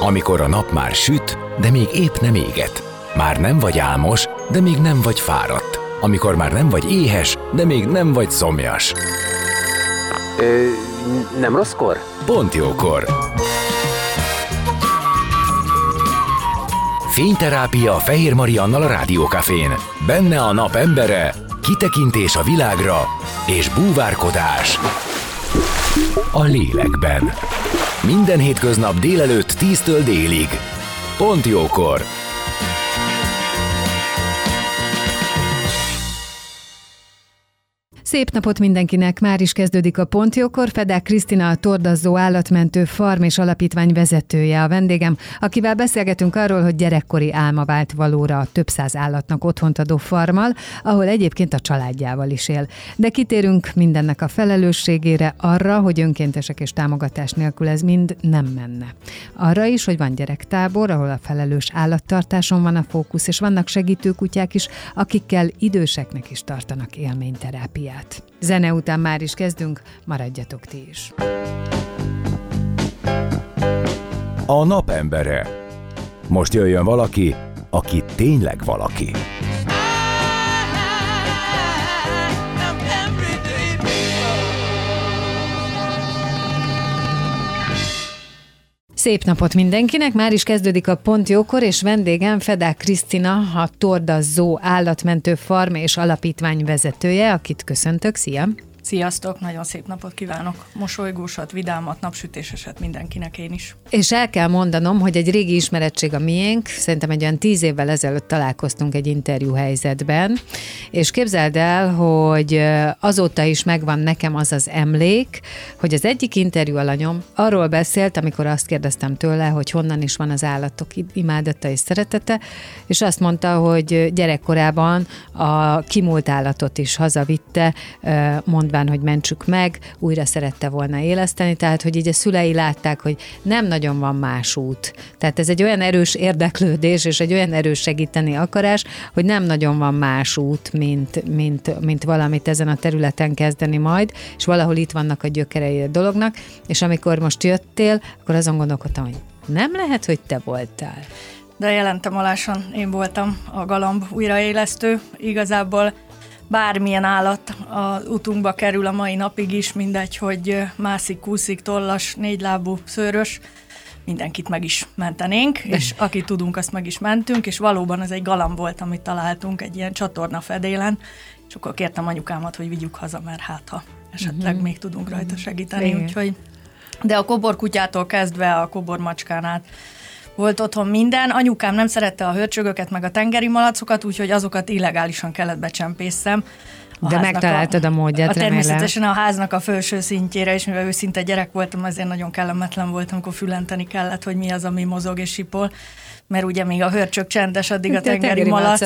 Amikor a nap már süt, de még épp nem éget. Már nem vagy álmos, de még nem vagy fáradt. Amikor már nem vagy éhes, de még nem vagy szomjas. Nem rosszkor? Pont jókor. Fényterápia Fehér Mariannal a Rádiókafén. Benne a nap embere, kitekintés a világra és búvárkodás a lélekben. Minden hétköznap délelőtt 10-től délig. Pont jókor. Szép napot mindenkinek! Már is kezdődik a Pont jókor. Fedák Krisztina, a Torda-Zoo állatmentő farm és alapítvány vezetője a vendégem, akivel beszélgetünk arról, hogy gyerekkori álma vált valóra a több száz állatnak otthont adó farmmal, ahol egyébként a családjával is él. De kitérünk mindennek a felelősségére, arra, hogy önkéntesek és támogatás nélkül ez mind nem menne. Arra is, hogy van gyerektábor, ahol a felelős állattartáson van a fókusz, és vannak segítőkutyák is, akikkel időseknek is tartanak élményterápiát. Zene után már is kezdünk, maradjatok ti is. A nap embere. Most jöjjön valaki, aki tényleg valaki. Szép napot mindenkinek, már is kezdődik a Pont jókor, és vendégem Fedák Krisztina, a Torda-Zoo állatmentő farm és alapítvány vezetője, akit köszöntök, szia! Sziasztok, nagyon szép napot kívánok, mosolygósat, vidámat, napsütéseset mindenkinek én is. És el kell mondanom, hogy egy régi ismerettség a miénk, szerintem egy olyan 10 évvel ezelőtt találkoztunk egy interjú helyzetben, és képzeld el, hogy azóta is megvan nekem az az emlék, hogy az egyik interjú alanyom arról beszélt, amikor azt kérdeztem tőle, hogy honnan is van az állatok imádata és szeretete, és azt mondta, hogy gyerekkorában a kimúlt állatot is hazavitte, mondván, hogy mentsük meg, újra szerette volna éleszteni, tehát hogy így a szülei látták, hogy nem nagyon van más út. Tehát ez egy olyan erős érdeklődés, és egy olyan erős segíteni akarás, hogy nem nagyon van más út, mint valamit ezen a területen kezdeni majd, és valahol itt vannak a gyökerei a dolognak, és amikor most jöttél, akkor azon gondolkodtam, hogy nem lehet, hogy te voltál. De jelentem alásan, én voltam a galamb újraélesztő, igazából bármilyen állat az utunkba kerül a mai napig is, mindegy, hogy mászik, kúszik, tollas, négylábú, szőrös, mindenkit meg is mentenénk, és aki tudunk, azt meg is mentünk, és valóban ez egy galamb volt, amit találtunk egy ilyen csatorna fedélen, és akkor kértem anyukámat, hogy vigyük haza, mert hát ha esetleg még tudunk rajta segíteni, úgyhogy. De a koborkutyától kezdve a kobormacskán át volt otthon minden. Anyukám nem szerette a hörcsögöket, meg a tengeri malacokat, úgyhogy azokat illegálisan kellett becsempészem. De megtaláltad a módját, remélem. Természetesen a háznak a felső szintjére, és mivel őszinte gyerek voltam, azért nagyon kellemetlen volt, amikor fülenteni kellett, hogy mi az, ami mozog és sipol, mert ugye még a hörcsög csendes, addig a tengeri malac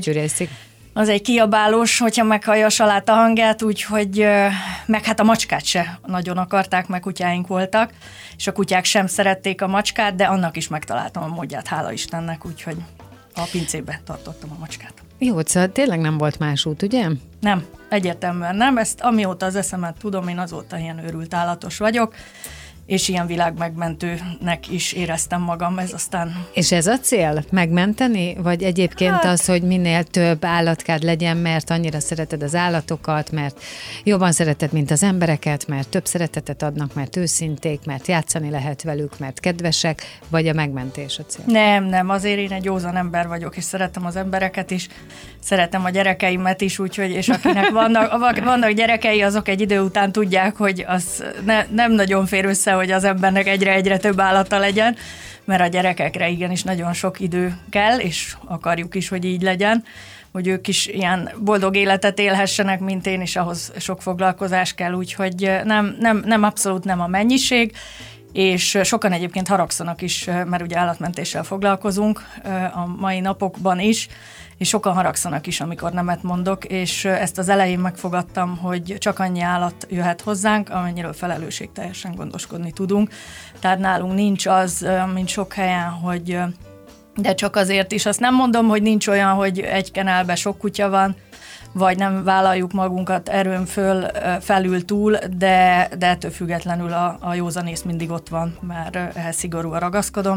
az egy kiabálós, hogyha meghallja a saláta hangját, úgyhogy meg hát a macskát se nagyon akarták, meg kutyáink voltak, és a kutyák sem szerették a macskát, de annak is megtaláltam a módját, hála Istennek, úgyhogy a pincébe tartottam a macskát. Jó, szóval tényleg nem volt más út, ugye? Nem, egyértelműen nem. Ezt amióta az eszemet tudom, én azóta ilyen őrült állatos vagyok, és ilyen világmegmentőnek is éreztem magam, ez aztán... És ez a cél? Megmenteni? Vagy egyébként az, hogy minél több állatkád legyen, mert annyira szereted az állatokat, mert jobban szereted, mint az embereket, mert több szeretetet adnak, mert őszinték, mert játszani lehet velük, mert kedvesek, vagy a megmentés a cél? Nem, azért én egy józan ember vagyok, és szeretem az embereket is, szeretem a gyerekeimet is, úgyhogy, és akinek vannak gyerekei, azok egy idő után tudják, hogy az nem nagyon fér össze, hogy az embernek egyre több állata legyen, mert a gyerekekre igenis nagyon sok idő kell, és akarjuk is, hogy így legyen, hogy ők is ilyen boldog életet élhessenek, mint én, és ahhoz sok foglalkozás kell, úgyhogy nem abszolút nem a mennyiség, és sokan egyébként haragszanak is, mert ugye állatmentéssel foglalkozunk a mai napokban is, és sokan haragszanak is, amikor nemet mondok, és ezt az elején megfogadtam, hogy csak annyi állat jöhet hozzánk, amennyiről felelősségteljesen gondoskodni tudunk. Tehát nálunk nincs az, mint sok helyen, hogy de csak azért is. Azt nem mondom, hogy nincs olyan, hogy egy kenelben sok kutya van, vagy nem vállaljuk magunkat erőn felül túl, de ettől függetlenül a józanész mindig ott van, mert ehhez szigorúan ragaszkodom.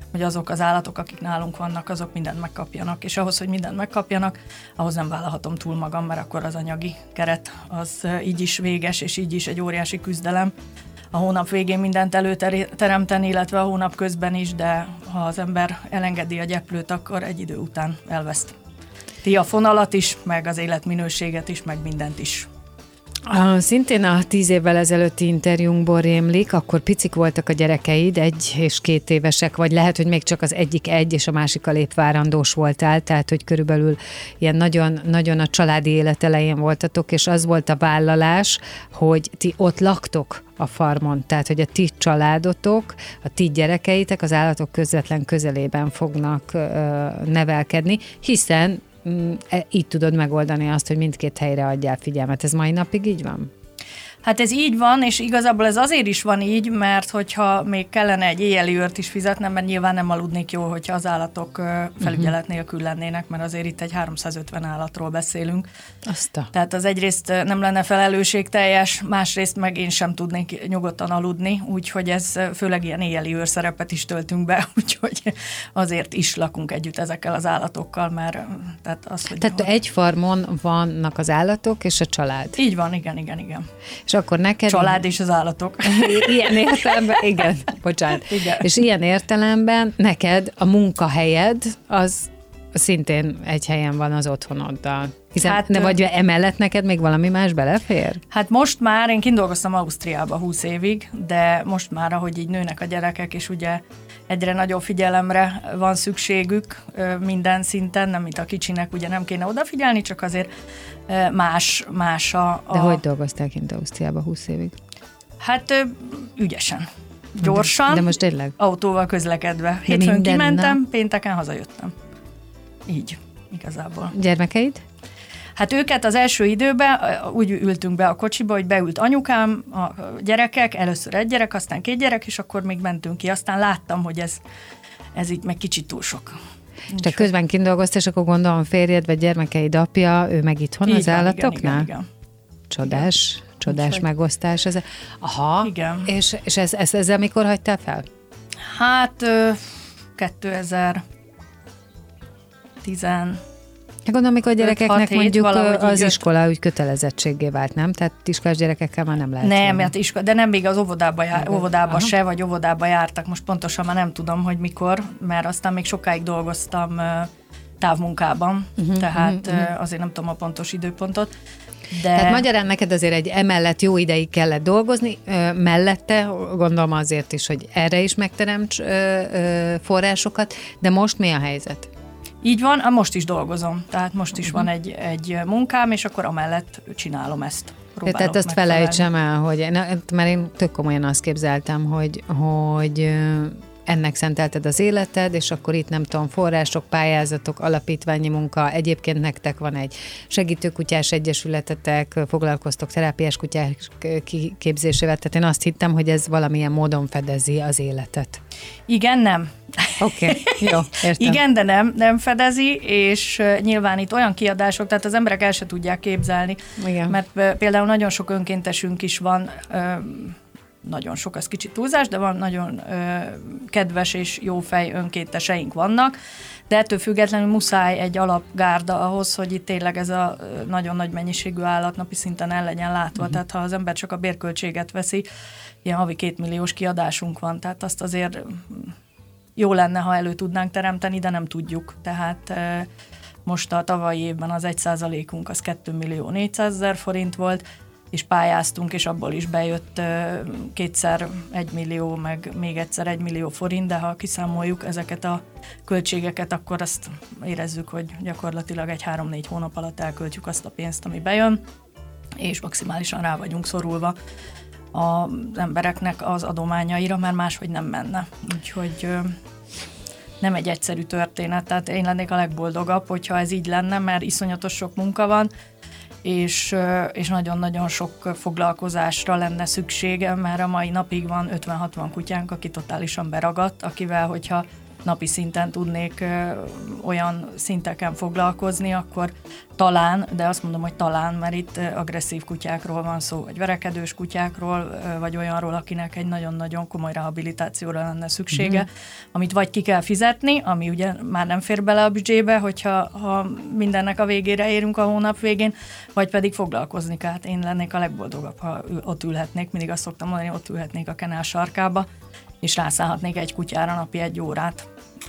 hogy azok az állatok, akik nálunk vannak, azok mindent megkapjanak. És ahhoz, hogy mindent megkapjanak, ahhoz nem vállalhatom túl magam, mert akkor az anyagi keret az így is véges, és így is egy óriási küzdelem. A hónap végén mindent előteremteni, illetve a hónap közben is, de ha az ember elengedi a gyeplőt, akkor egy idő után elveszti a fonalat is, meg az életminőséget is, meg mindent is. Szintén a 10 évvel ezelőtti interjúnkból rémlik, akkor picik voltak a gyerekeid, 1 és 2 évesek, vagy lehet, hogy még csak az egyik 1, és a másik a lépvárandós voltál, tehát hogy körülbelül ilyen nagyon, nagyon a családi élet elején voltatok, és az volt a vállalás, hogy ti ott laktok a farmon, tehát hogy a ti családotok, a ti gyerekeitek az állatok közvetlen közelében fognak nevelkedni, hiszen így tudod megoldani azt, hogy mindkét helyre adjál figyelmet. Ez mai napig így van? Hát ez így van, és igazából ez azért is van így, mert hogyha még kellene egy éjjeli őrt is fizetnem, mert nyilván nem aludnék jól, hogyha az állatok felügyelet nélkül lennének, mert azért itt egy 350 állatról beszélünk. Tehát az egyrészt nem lenne felelősségteljes, másrészt meg én sem tudnék nyugodtan aludni, úgyhogy ez főleg ilyen éjjeli őrszerepet is töltünk be, úgyhogy azért is lakunk együtt ezekkel az állatokkal, mert tehát az, hogy... Tehát egy farmon vannak az állatok és a család. Így van, igen. És akkor neked... Család és az állatok. Ilyen értelemben, igen, bocsánat. Igen. És ilyen értelemben neked a munkahelyed az szintén egy helyen van az otthonoddal. Hiszen vagy emellett neked még valami más belefér? Hát most már, én kint dolgoztam Ausztriába 20 évig, de most már, ahogy így nőnek a gyerekek, és ugye egyre nagyobb figyelemre van szükségük minden szinten, nem mint a kicsinek, ugye nem kéne odafigyelni, csak azért más a... De hogy dolgoztál kint Ausztriába 20 évig? Hát ügyesen, gyorsan, de most tényleg? Autóval közlekedve. Hétfőn kimentem, pénteken hazajöttem. Így, igazából. Gyermekeid? Hát őket az első időben úgy ültünk be a kocsiba, hogy beült anyukám, a gyerekek, először egy gyerek, aztán 2 gyerek, és akkor még mentünk ki. Aztán láttam, hogy ez így meg kicsit túl sok. És te közben kint dolgoztál, és akkor gondolom férjed vagy gyermekeid apja, ő meg itthon így az van, állatoknál? Igen. Csodás megosztás. Aha. Igen. És ezzel mikor hagytál fel? Hát 2010. Gondolom, amikor a gyerekeknek mondjuk az iskola úgy kötelezettségé vált, nem? Tehát iskolás gyerekekkel már nem lehet. Nem, hát de nem még az óvodába se, vagy óvodába jártak. Most pontosan már nem tudom, hogy mikor, mert aztán még sokáig dolgoztam távmunkában, tehát azért nem tudom a pontos időpontot. Tehát magyarán neked azért egy emellett jó ideig kellett dolgozni, mellette gondolom azért is, hogy erre is megteremts forrásokat, de most mi a helyzet? Így van, most is dolgozom, tehát most is van egy munkám, és akkor amellett csinálom ezt. Tehát azt felejtsem el, hogy mert én tök komolyan azt képzeltem, hogy ennek szentelted az életed, és akkor itt nem tudom, források, pályázatok, alapítványi munka, egyébként nektek van egy segítőkutyás egyesületetek, foglalkoztok terápiás kutyák képzésével, tehát én azt hittem, hogy ez valamilyen módon fedezi az életet. Igen, nem. Oké, jó, értem. Igen, de nem fedezi, és nyilván itt olyan kiadások, tehát az emberek el se tudják képzelni, igen. Mert például nagyon sok önkéntesünk is van, nagyon sok, az kicsit túlzás, de van nagyon kedves és jófej önkénteseink vannak, de ettől függetlenül muszáj egy alapgárda ahhoz, hogy itt tényleg ez a nagyon nagy mennyiségű állat napi szinten el legyen látva, tehát ha az ember csak a bérköltséget veszi, ilyen havi 2 milliós kiadásunk van, tehát azt azért jó lenne, ha elő tudnánk teremteni, de nem tudjuk, tehát most a tavalyi évben az 1%-unk az 2.400.000 forint volt, és pályáztunk, és abból is bejött 2-szer 1 millió, meg még egyszer 1 millió forint, de ha kiszámoljuk ezeket a költségeket, akkor azt érezzük, hogy gyakorlatilag egy 3-4 hónap alatt elköltjük azt a pénzt, ami bejön, és maximálisan rá vagyunk szorulva az embereknek az adományaira, mert máshogy nem menne. Úgyhogy nem egy egyszerű történet, tehát én lennék a legboldogabb, hogyha ez így lenne, mert iszonyatos sok munka van, és nagyon-nagyon sok foglalkozásra lenne szüksége, mert a mai napig van 50-60 kutyánk, aki totálisan beragadt, akivel, hogyha napi szinten tudnék olyan szinteken foglalkozni, akkor talán, de azt mondom, hogy talán, mert itt agresszív kutyákról van szó, vagy verekedős kutyákról, vagy olyanról, akinek egy nagyon-nagyon komoly rehabilitációra lenne szüksége, amit vagy ki kell fizetni, ami ugye már nem fér bele a büdzsébe, hogyha mindennek a végére érünk a hónap végén, vagy pedig foglalkozni kell. Hát én lennék a legboldogabb, ha ott ülhetnék, mindig azt szoktam mondani, ott ülhetnék a kenál sarkába, és rászállhatnék egy kutyára napi 1 órát,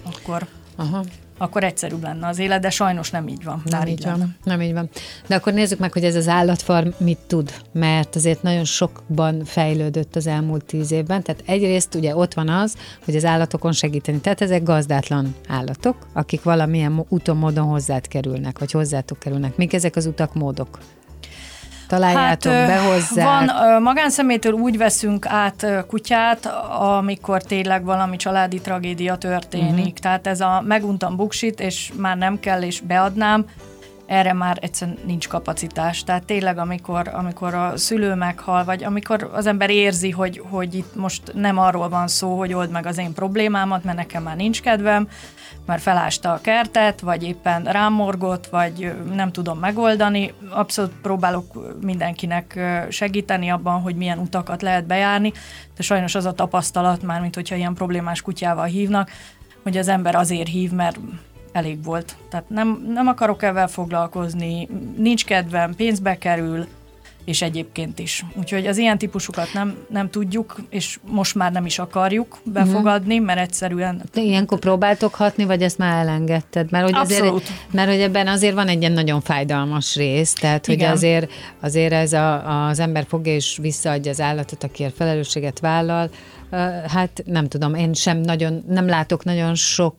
akkor egyszerűbb lenne az élet, de sajnos nem így van. Nem így van. De akkor nézzük meg, hogy ez az állatfarm mit tud, mert azért nagyon sokban fejlődött az elmúlt 10 évben. Tehát egyrészt ugye ott van az, hogy az állatokon segíteni. Tehát ezek gazdátlan állatok, akik valamilyen úton, módon hozzád kerülnek, vagy hozzátok kerülnek. Mik ezek az utak, módok? Találjátok, behozzák. Van, magánszemélytől úgy veszünk át kutyát, amikor tényleg valami családi tragédia történik. Tehát ez a meguntam buksit, és már nem kell, és beadnám, erre már egyszerűen nincs kapacitás. Tehát tényleg, amikor a szülő meghal, vagy amikor az ember érzi, hogy itt most nem arról van szó, hogy old meg az én problémámat, mert nekem már nincs kedvem, mert felásta a kertet, vagy éppen rámorgott, vagy nem tudom megoldani. Abszolút próbálok mindenkinek segíteni abban, hogy milyen utakat lehet bejárni, de sajnos az a tapasztalat már, mint hogyha ilyen problémás kutyával hívnak, hogy az ember azért hív, mert elég volt. Tehát nem akarok ezzel foglalkozni, nincs kedvem, pénzbe kerül, és egyébként is. Úgyhogy az ilyen típusokat nem tudjuk, és most már nem is akarjuk befogadni, mert egyszerűen... De ilyenkor próbáltok hatni, vagy ezt már elengedted? Mert hogy abszolút. Mert hogy ebben azért van egy ilyen nagyon fájdalmas rész, tehát hogy azért ez az ember fogja és visszaadja az állatot, akiért felelősséget vállal. Hát nem tudom, én nem látok nagyon sok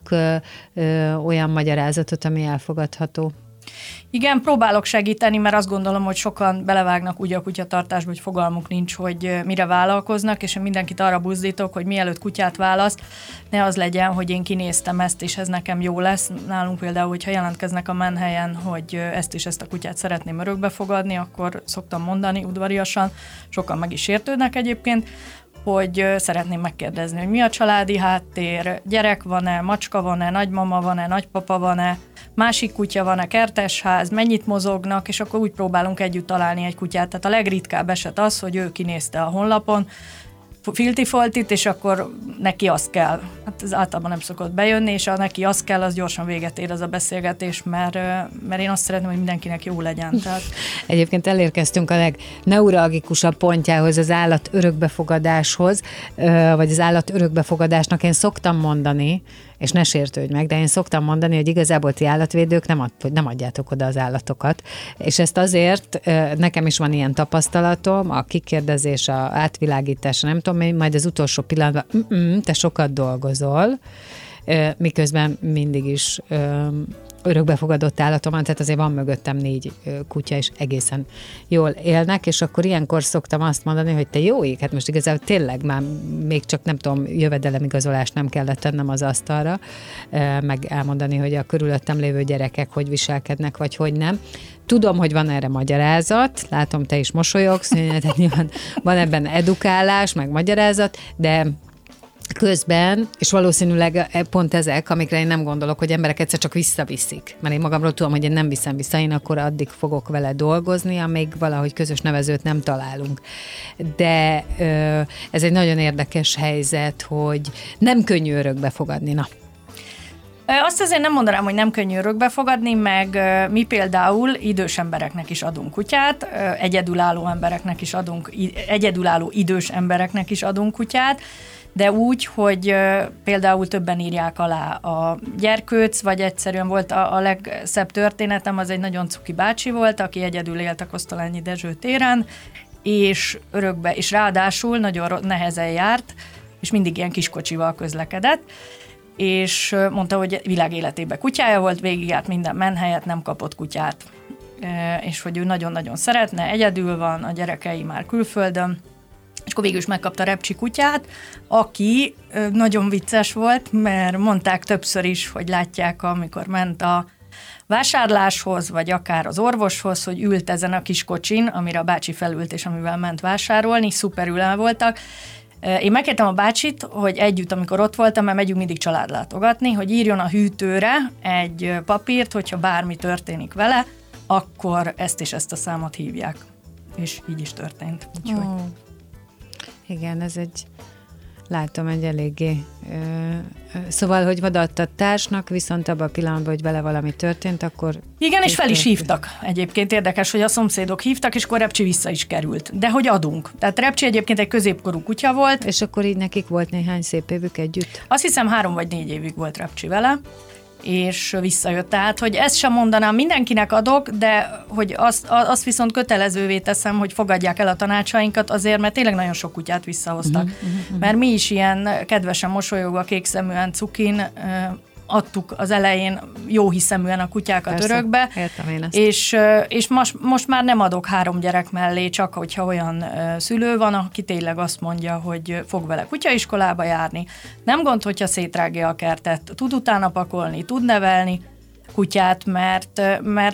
olyan magyarázatot, ami elfogadható. Igen, próbálok segíteni, mert azt gondolom, hogy sokan belevágnak úgy a kutyatartásba, hogy fogalmuk nincs, hogy mire vállalkoznak, és én mindenkit arra buzdítok, hogy mielőtt kutyát választ, ne az legyen, hogy én kinéztem ezt, és ez nekem jó lesz. Nálunk például, hogyha jelentkeznek a menhelyen, hogy ezt a kutyát szeretném örökbe fogadni, akkor szoktam mondani udvariasan, sokan meg is sértődnek egyébként, hogy szeretném megkérdezni, hogy mi a családi háttér, gyerek van-e, macska van-e, nagymama van-e, nagypapa van-e, másik kutya van-e, kertesház, mennyit mozognak, és akkor úgy próbálunk együtt találni egy kutyát. Tehát a legritkább eset az, hogy ő kinézte a honlapon, filtifoltit, és akkor neki azt kell. Hát ez általában nem szokott bejönni, és ha neki azt kell, az gyorsan véget ér az a beszélgetés, mert én azt szeretném, hogy mindenkinek jó legyen. Tehát... Egyébként elérkeztünk a legneuralgikusabb pontjához, az állat örökbefogadáshoz, vagy az állat örökbefogadásnak én szoktam mondani, és ne sértődj meg, de én szoktam mondani, hogy igazából ti állatvédők nem adjátok oda az állatokat. És ezt azért, nekem is van ilyen tapasztalatom, a kikérdezés, a átvilágítás, nem tudom, majd az utolsó pillanatban, te sokat dolgozol, miközben mindig is örökbefogadott állatom van, tehát azért van mögöttem 4 kutya, és egészen jól élnek, és akkor ilyenkor szoktam azt mondani, hogy te jó ég, hát most igazából tényleg már még csak nem tudom, jövedelemigazolást nem kellett tennem az asztalra, meg elmondani, hogy a körülöttem lévő gyerekek hogy viselkednek, vagy hogy nem. Tudom, hogy van erre magyarázat, látom, te is mosolyogsz, tehát nyilván van ebben edukálás, meg magyarázat, de közben, és valószínűleg pont ezek, amikre én nem gondolok, hogy emberek egyszer csak visszaviszik. Mert én magamról tudom, hogy én nem viszem vissza, én akkor addig fogok vele dolgozni, amíg valahogy közös nevezőt nem találunk. De ez egy nagyon érdekes helyzet, hogy nem könnyű örökbe fogadni. Na. Azt azért nem mondanám, hogy nem könnyű örökbe fogadni, meg mi például idős embereknek is adunk kutyát, egyedülálló idős embereknek is adunk kutyát, de úgy, hogy például többen írják alá a gyerkőc, vagy egyszerűen volt a legszebb történetem, az egy nagyon cuki bácsi volt, aki egyedül élt a Kosztolányi Dezső téren, és örökbe, és ráadásul nagyon nehezen járt, és mindig ilyen kiskocsival közlekedett, és mondta, hogy világ életében kutyája volt, végigjárt minden menhelyet, nem kapott kutyát, és hogy ő nagyon-nagyon szeretne, egyedül van, a gyerekei már külföldön, és akkor végül is megkapta Repcsi kutyát, aki nagyon vicces volt, mert mondták többször is, hogy látják, amikor ment a vásárláshoz, vagy akár az orvoshoz, hogy ült ezen a kis kocsin, amire a bácsi felült, és amivel ment vásárolni, szuperül el voltak. Én megkértem a bácsit, hogy együtt, amikor ott voltam, mert megyünk mindig családlátogatni, hogy írjon a hűtőre egy papírt, hogyha bármi történik vele, akkor ezt és ezt a számot hívják. És így is történt. Úgyhogy... Igen, ez látom egy eléggé... Szóval, hogy odaadtad társnak, viszont abban a pillanatban, hogy vele valami történt, akkor... Igen, és fel is hívtak. Egyébként érdekes, hogy a szomszédok hívtak, és akkor Repcsi vissza is került. De hogy adunk. Tehát Repcsi egyébként egy középkorú kutya volt. És akkor így nekik volt néhány szép évük együtt? Azt hiszem 3 vagy 4 évig volt Repcsi vele, és visszajött. Tehát, hogy ezt sem mondanám, mindenkinek adok, de hogy azt viszont kötelezővé teszem, hogy fogadják el a tanácsainkat azért, mert tényleg nagyon sok kutyát visszahoztak. Mert mi is ilyen kedvesen mosolyogva, kékszeműen, cukin adtuk az elején jó hiszeműen a kutyákat. Persze, örökbe, értem én ezt. És most már nem adok 3 gyerek mellé, csak hogyha olyan szülő van, aki tényleg azt mondja, hogy fog vele kutyaiskolába járni. Nem gond, hogyha szétrágja a kertet, tud utána pakolni, tud nevelni kutyát, mert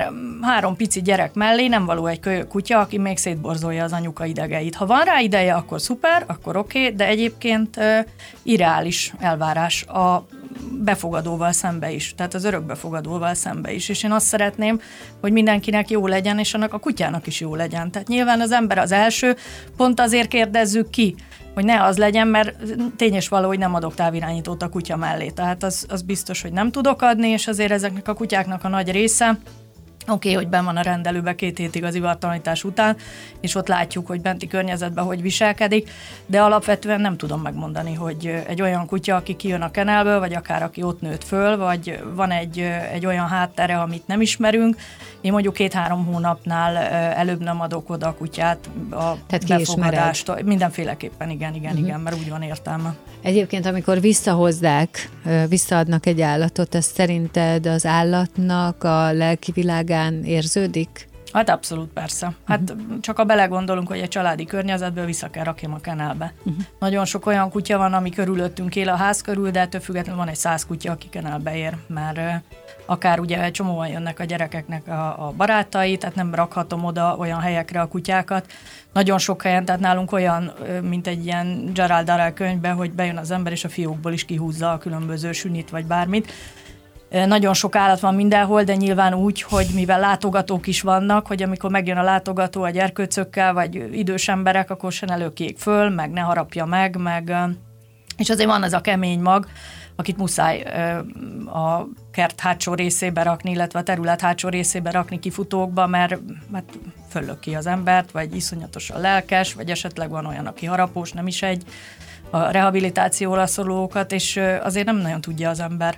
3 pici gyerek mellé nem való egy kölyök kutya, aki még szétborzolja az anyuka idegeit. Ha van rá ideje, akkor szuper, akkor oké, de egyébként irreális elvárás a befogadóval szembe is, tehát az örökbefogadóval szembe is. És én azt szeretném, hogy mindenkinek jó legyen, és annak a kutyának is jó legyen. Tehát nyilván az ember az első, pont azért kérdezzük ki, hogy ne az legyen, mert tény és való, hogy nem adok távirányítót a kutya mellé. Tehát az biztos, hogy nem tudok adni, és azért ezeknek a kutyáknak a nagy része, oké, hogy benn van a rendelőbe 2 hétig az ivartalanítás után, és ott látjuk, hogy benti környezetben hogy viselkedik, de alapvetően nem tudom megmondani, hogy egy olyan kutya, aki kijön a kennelből, vagy akár aki ott nőtt föl, vagy van egy olyan háttere, amit nem ismerünk, én mondjuk 2-3 hónapnál előbb nem adok oda a kutyát a befogadást. Mindenféleképpen igen, mert úgy van értelme. Egyébként, amikor visszaadnak egy állatot, ez szerinted az állatnak a lelki világán érződik? Hát abszolút, persze. Hát csak ha belegondolunk, hogy egy családi környezetből vissza kell rakjam a kennelbe. Nagyon sok olyan kutya van, ami körülöttünk él a ház körül, de ettől függetlenül van egy 100 kutya, aki kennelbe ér, mert akár ugye egy csomóan jönnek a gyerekeknek a barátai, tehát nem rakhatom oda olyan helyekre a kutyákat. Nagyon sok helyen, tehát nálunk olyan, mint egy ilyen Gerald Darrell könyvben, hogy bejön az ember, és a fiókból is kihúzza a különböző sünit, vagy bármit. Nagyon sok állat van mindenhol, de nyilván úgy, hogy mivel látogatók is vannak, hogy amikor megjön a látogató a gyerkőcökkel, vagy idős emberek, akkor se ne lökjék föl, meg ne harapja meg, és azért van ez a kemény mag, akit muszáj a kert hátsó részébe rakni, illetve a terület hátsó részébe rakni kifutókba, mert föllök ki az embert, vagy iszonyatosan lelkes, vagy esetleg van olyan, aki harapós, nem is egy, a rehabilitációra szorulókat, és azért nem nagyon tudja az ember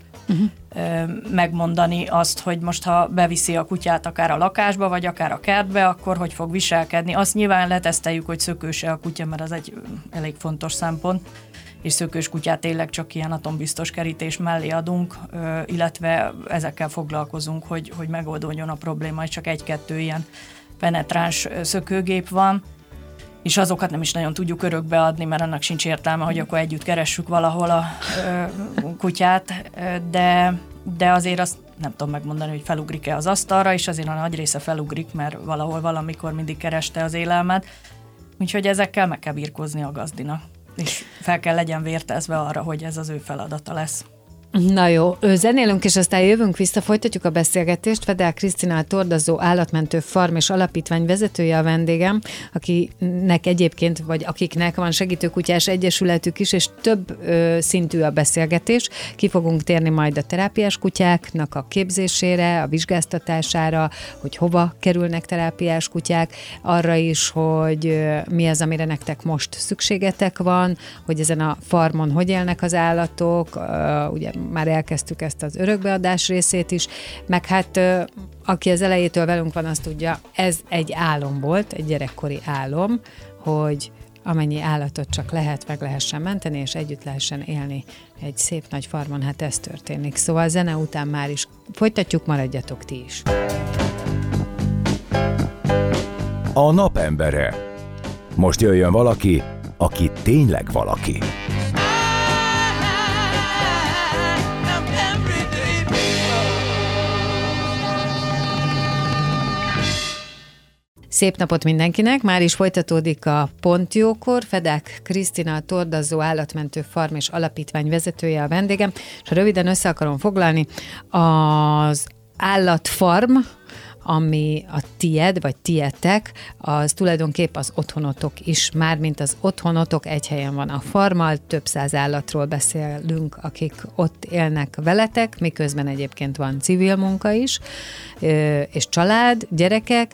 megmondani azt, hogy most ha beviszi a kutyát akár a lakásba, vagy akár a kertbe, akkor hogy fog viselkedni. Azt nyilván leteszteljük, hogy szökőse a kutya, mert az egy elég fontos szempont, és szökős kutyát tényleg csak ilyen atombiztos kerítés mellé adunk, illetve ezekkel foglalkozunk, hogy megoldódjon a probléma, és csak 1-2 ilyen penetráns szökőgép van, és azokat nem is nagyon tudjuk örökbe adni, mert annak sincs értelme, hogy akkor együtt keressük valahol a kutyát, de azért azt nem tudom megmondani, hogy felugrik-e az asztalra, és azért a nagy része felugrik, mert valahol valamikor mindig kereste az élelmet, úgyhogy ezekkel meg kell birkózni a gazdinak, és fel kell legyen vértezve arra, hogy ez az ő feladata lesz. Na jó, zenélünk, és aztán jövünk vissza, folytatjuk a beszélgetést. Fedel Krisztina, a Tordazó Állatmentő Farm és Alapítvány vezetője a vendégem, akinek egyébként, vagy akiknek van segítőkutyás egyesületük is, és több szintű a beszélgetés. Ki fogunk térni majd a terápiás kutyáknak a képzésére, a vizsgáztatására, hogy hova kerülnek terápiás kutyák, arra is, hogy mi az, amire nektek most szükségetek van, hogy ezen a farmon hogy élnek az állatok, ugye már elkezdtük ezt az örökbeadás részét is, meg hát aki az elejétől velünk van, azt tudja, ez egy álom volt, egy gyerekkori álom, hogy amennyi állatot csak lehet, meg lehessen menteni, és együtt lehessen élni egy szép nagy farmon, hát ez történik. Szóval zene után már is folytatjuk, maradjatok ti is. A napembere. Most jöjjön valaki, aki tényleg valaki. Szép napot mindenkinek, már is folytatódik a Pontjókor. Fedák Krisztina, a Tordazó Állatmentő Farm és Alapítvány vezetője a vendégem, és röviden össze akarom foglalni, az állatfarm, ami a tied, vagy tietek, az tulajdonképp az otthonotok is, mármint az otthonotok egy helyen van a farmmal, több száz állatról beszélünk, akik ott élnek veletek, miközben egyébként van civil munka is, és család, gyerekek,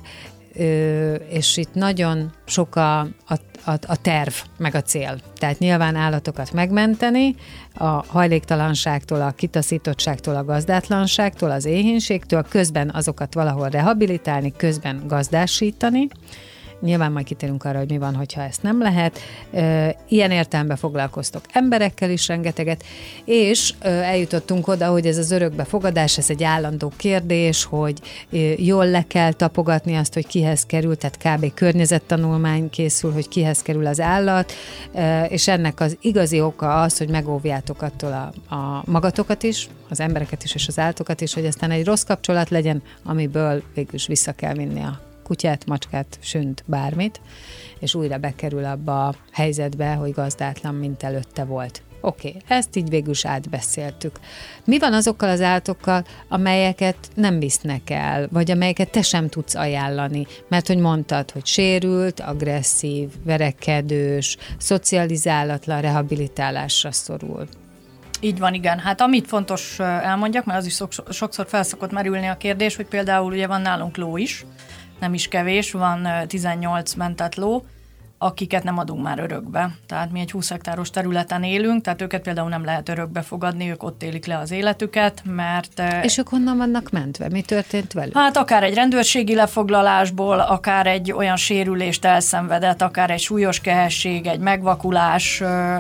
és itt nagyon sok a terv, meg a cél. Tehát nyilván állatokat megmenteni, a hajléktalanságtól, a kitaszítottságtól, a gazdátlanságtól, az éhínségtől, közben azokat valahol rehabilitálni, közben gazdásítani. Nyilván majd kitérünk arra, hogy mi van, hogyha ezt nem lehet. Ilyen értelemben foglalkoztok emberekkel is rengeteget, és eljutottunk oda, hogy ez az örökbefogadás, ez egy állandó kérdés, hogy jól le kell tapogatni azt, hogy kihez kerül, tehát kb. Környezettanulmány készül, hogy kihez kerül az állat, és ennek az igazi oka az, hogy megóvjátok attól a magatokat is, az embereket is, és az állatokat is, hogy aztán egy rossz kapcsolat legyen, amiből végül is vissza kell vinni a kutyát, macskát, sünt, bármit, és újra bekerül abba a helyzetbe, hogy gazdátlan, mint előtte volt. Oké, ezt így végül is átbeszéltük. Mi van azokkal az állatokkal, amelyeket nem visznek el, vagy amelyeket te sem tudsz ajánlani? Mert hogy mondtad, hogy sérült, agresszív, verekedős, szocializálatlan, rehabilitálásra szorul. Így van, igen. Hát amit fontos elmondjak, mert az is sokszor felszokott merülni a kérdés, hogy például ugye van nálunk ló is, nem is kevés, van 18 mentett ló, akiket nem adunk már örökbe. Tehát mi egy 20 hektáros területen élünk, tehát őket például nem lehet örökbe fogadni, ők ott élik le az életüket, mert... És ők honnan vannak mentve? Mi történt velük? Hát akár egy rendőrségi lefoglalásból, akár egy olyan sérülést elszenvedett, akár egy súlyos kehesség, egy megvakulás,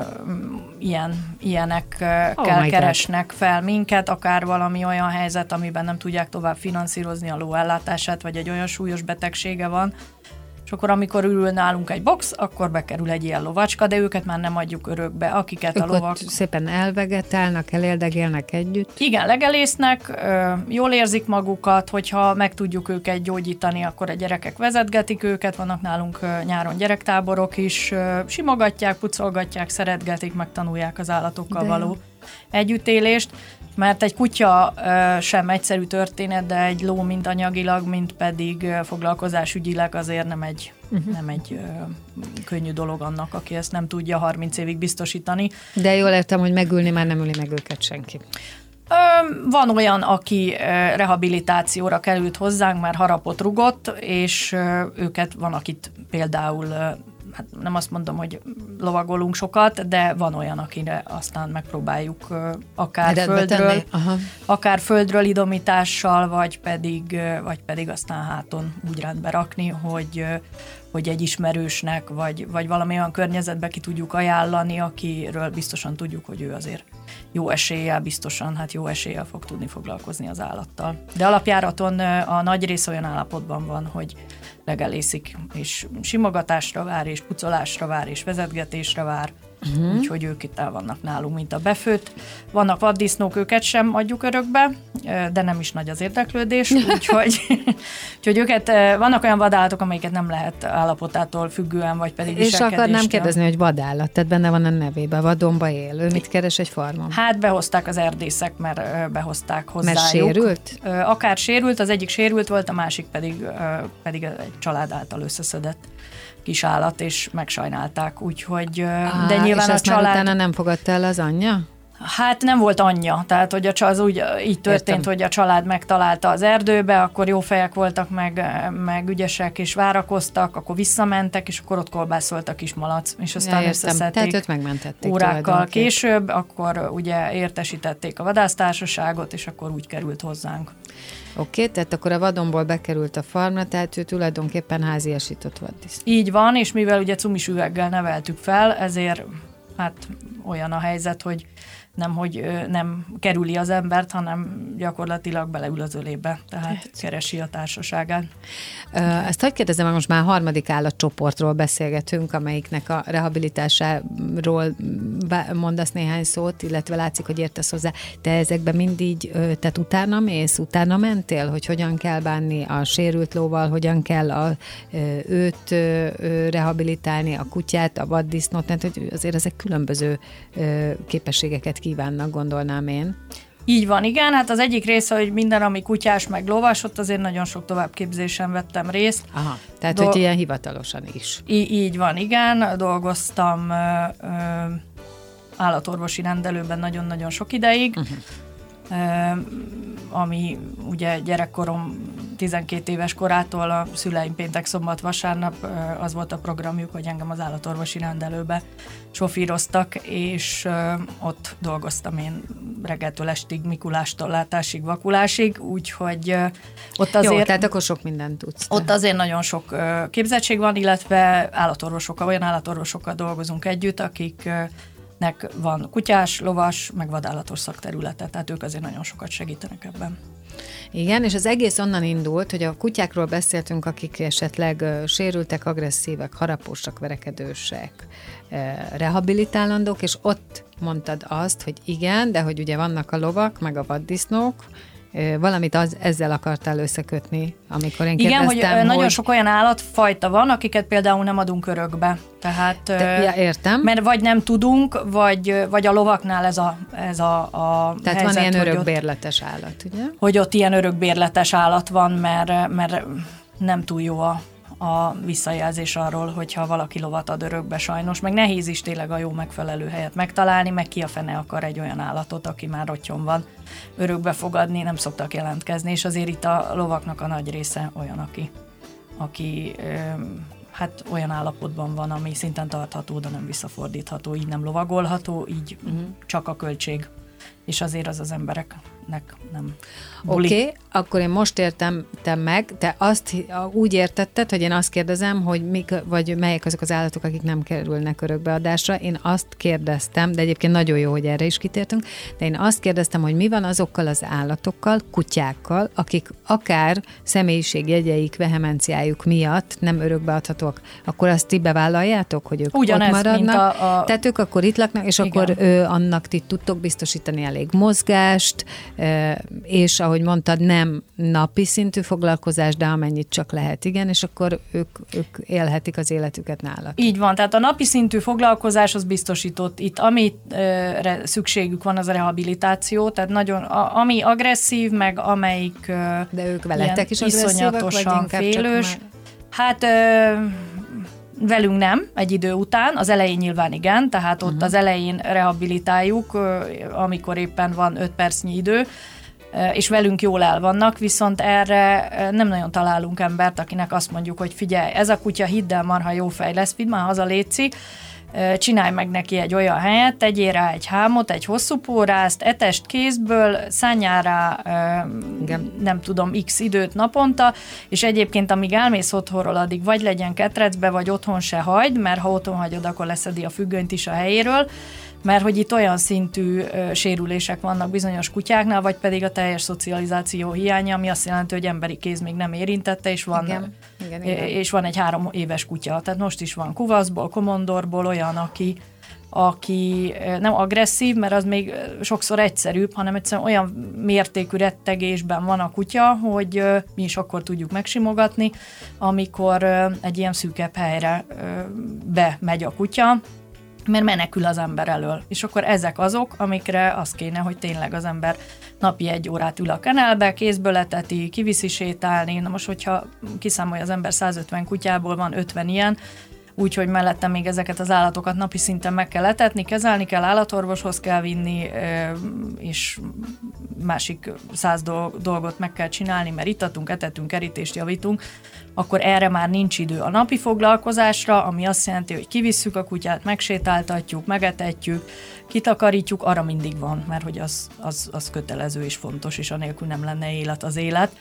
ilyenekkel keresnek fel minket, akár valami olyan helyzet, amiben nem tudják tovább finanszírozni a ló ellátását, vagy egy olyan súlyos betegsége van, és akkor amikor ül nálunk egy box, akkor bekerül egy ilyen lovacska, de őket már nem adjuk örökbe, akiket ők a lovak... szépen elvegetálnak, elérdegélnek együtt. Igen, legelésznek, jól érzik magukat, hogyha meg tudjuk őket gyógyítani, akkor a gyerekek vezetgetik őket, vannak nálunk nyáron gyerektáborok is, simogatják, pucolgatják, szeretgetik, megtanulják az állatokkal való együttélést, mert egy kutya sem egyszerű történet, de egy ló mind anyagilag, mind pedig foglalkozásügyileg azért nem egy könnyű dolog annak, aki ezt nem tudja 30 évig biztosítani. De jól értem, hogy megülni már nem üli meg őket senki. Van olyan, aki rehabilitációra került hozzánk, már harapot rugott, és őket van, akit például... Hát nem azt mondom, hogy lovagolunk sokat, de van olyan, akire aztán megpróbáljuk akár földről idomítással, vagy pedig aztán háton úgy rendbe rakni, hogy egy ismerősnek, vagy valami olyan környezetbe ki tudjuk ajánlani, akiről biztosan tudjuk, hogy ő azért jó eséllyel fog tudni foglalkozni az állattal. De alapjáraton a nagy rész olyan állapotban van, hogy legelészik, és simogatásra vár, és pucolásra vár, és vezetgetésre vár, úgyhogy ők itt el vannak nálunk, mint a befőtt. Vannak vaddisznók, őket sem adjuk örökbe, de nem is nagy az érdeklődés, úgyhogy őket, vannak olyan vadállatok, amelyiket nem lehet állapotától függően, vagy pedig viselkedéstől. És akarnám kérdezni, hogy vadállat, tehát benne van a nevében, vadonba él, ő mit keres egy farmon? Hát behozták az erdészek, mert behozták hozzájuk. Mert sérült? Akár sérült, az egyik sérült volt, a másik pedig egy család által összeszedett kis állat, és megsajnálták, úgyhogy... de nyilván és azt már utána nem fogadta el az anyja? Hát nem volt anyja, tehát hogy az így történt, hogy a család megtalálta az erdőbe, akkor jó fejek voltak, meg ügyesek, és várakoztak, akkor visszamentek, és akkor ott kolbászoltak a kismalac, és aztán összeszedték órákkal később, akkor ugye értesítették a vadásztársaságot, és akkor úgy került hozzánk. Oké, tehát akkor a vadonból bekerült a farmra, tehát ő tulajdonképpen háziasított vaddisz. Így van, és mivel ugye cumis üveggel neveltük fel, ezért hát olyan a helyzet, hogy nem kerüli az embert, hanem gyakorlatilag beleül az ölébe, tehát keresi a társaságát. Ezt hogy kérdezem, most már harmadik állatcsoportról beszélgetünk, amelyiknek a rehabilitásáról mondasz néhány szót, illetve látszik, hogy értesz hozzá. Te ezekben mindig, tehát utána mész, utána mentél, hogy hogyan kell bánni a sérült lóval, hogyan kell őt rehabilitálni, a kutyát, a vaddisznót, tehát hogy azért ezek különböző képességeket kívánnak, gondolnám én. Így van, igen, hát az egyik része, hogy minden, ami kutyás meg lovas, ott azért nagyon sok továbbképzésen vettem részt. Aha, tehát hogy ilyen hivatalosan is. Így van, igen, dolgoztam állatorvosi rendelőben nagyon-nagyon sok ideig, ami ugye gyerekkorom 12 éves korától a szüleim péntek, szombat, vasárnap az volt a programjuk, hogy engem az állatorvosi rendelőbe sofíroztak, és ott dolgoztam én reggeltől estig, Mikulástól látásig, vakulásig, úgyhogy ott azért... Jó, tehát akkor sok mindent tudsz. Ott azért nagyon sok képzettség van, illetve olyan állatorvosokkal dolgozunk együtt, akiknek van kutyás, lovas, meg vadállatos szakterülete, tehát ők azért nagyon sokat segítenek ebben. Igen, és az egész onnan indult, hogy a kutyákról beszéltünk, akik esetleg sérültek, agresszívek, harapósak, verekedősek, rehabilitálandók, és ott mondtad azt, hogy igen, de hogy ugye vannak a lovak, meg a vaddisznók, valamit ezzel akartál összekötni, amikor én kérdeztem, igen, hogy nagyon sok olyan állatfajta van, akiket például nem adunk örökbe. Tehát, értem. Mert vagy nem tudunk, vagy a lovaknál ez a tehát helyzet, van ilyen örökbérletes állat, ugye? Hogy ott ilyen örökbérletes állat van, mert nem túl jó a visszajelzés arról, hogyha valaki lovat ad örökbe sajnos, meg nehéz is tényleg a jó megfelelő helyet megtalálni, meg ki a fene akar egy olyan állatot, aki már otthon van örökbe fogadni, nem szoktak jelentkezni, és azért itt a lovaknak a nagy része olyan, aki hát olyan állapotban van, ami szinten tartható, de nem visszafordítható, így nem lovagolható, így csak a költség. És azért az embereknek nem buli. Oké, akkor én most értem meg, te azt úgy értetted, hogy én azt kérdezem, hogy vagy melyek azok az állatok, akik nem kerülnek örökbeadásra. Én azt kérdeztem, de egyébként nagyon jó, hogy erre is kitértünk, de én azt kérdeztem, hogy mi van azokkal az állatokkal, kutyákkal, akik akár személyiségjegyeik, vehemenciájuk miatt nem örökbeadhatók, akkor azt ti bevállaljátok, hogy ők ugyanez, ott maradnak? Mint tehát ők akkor itt laknak, és igen. Akkor annak ti tudtok biztosítani elég mozgást, és ahogy mondtad, nem napi szintű foglalkozás, de amennyit csak lehet, igen, és akkor ők élhetik az életüket nálad. Így van, tehát a napi szintű foglalkozás az biztosított. Itt amire szükségük van, az a rehabilitáció, tehát nagyon, ami agresszív, meg amelyik de ők veletek is iszonyatosan félős. Hát velünk nem, egy idő után, az elején nyilván igen, tehát ott az elején rehabilitáljuk, amikor éppen van 5 percnyi idő, és velünk jól el vannak, viszont erre nem nagyon találunk embert, akinek azt mondjuk, hogy figyelj, ez a kutya hidd el, marha jó fej lesz, vidd már haza, létszik, csinálj meg neki egy olyan helyet, tegyél rá egy hámot, egy hosszú pórázt, etest kézből, szánjál rá nem tudom, x időt naponta, és egyébként amíg elmész otthonról, addig vagy legyen ketrecbe, vagy otthon se hagyd, mert ha otthon hagyod, akkor leszedi a függönyt is a helyéről, mert hogy itt olyan szintű sérülések vannak bizonyos kutyáknál, vagy pedig a teljes szocializáció hiánya, ami azt jelenti, hogy emberi kéz még nem érintette, és van, igen. És van egy 3 éves kutya. Tehát most is van kuvaszból, komondorból olyan, aki nem agresszív, mert az még sokszor egyszerűbb, hanem egyszerűen olyan mértékű rettegésben van a kutya, hogy mi is akkor tudjuk megsimogatni, amikor egy ilyen szűkebb helyre bemegy a kutya, mert menekül az ember elől. És akkor ezek azok, amikre az kéne, hogy tényleg az ember napi 1 órát ül a kenelbe, kézből leteti, kiviszi sétálni. Na most, hogyha kiszámolja az ember 150 kutyából, van 50 ilyen, úgyhogy mellette még ezeket az állatokat napi szinten meg kell etetni, kezelni kell, állatorvoshoz kell vinni, és másik 100 dolgot meg kell csinálni, mert ittatunk, etetünk, kerítést javítunk, akkor erre már nincs idő a napi foglalkozásra, ami azt jelenti, hogy kivisszük a kutyát, megsétáltatjuk, megetetjük, kitakarítjuk, arra mindig van, mert hogy az kötelező és fontos, és anélkül nem lenne élet az élet.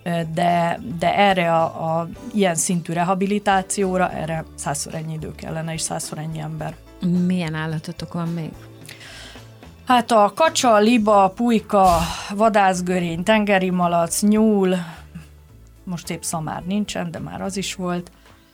De erre a ilyen szintű rehabilitációra, erre 100-szor ennyi idő kellene, és 100-szor ennyi ember. Milyen állatotok van még? Hát a kacsa, liba, pulyka, vadászgörény, tengeri malac, nyúl, most épp szamár nincsen, de már az is volt.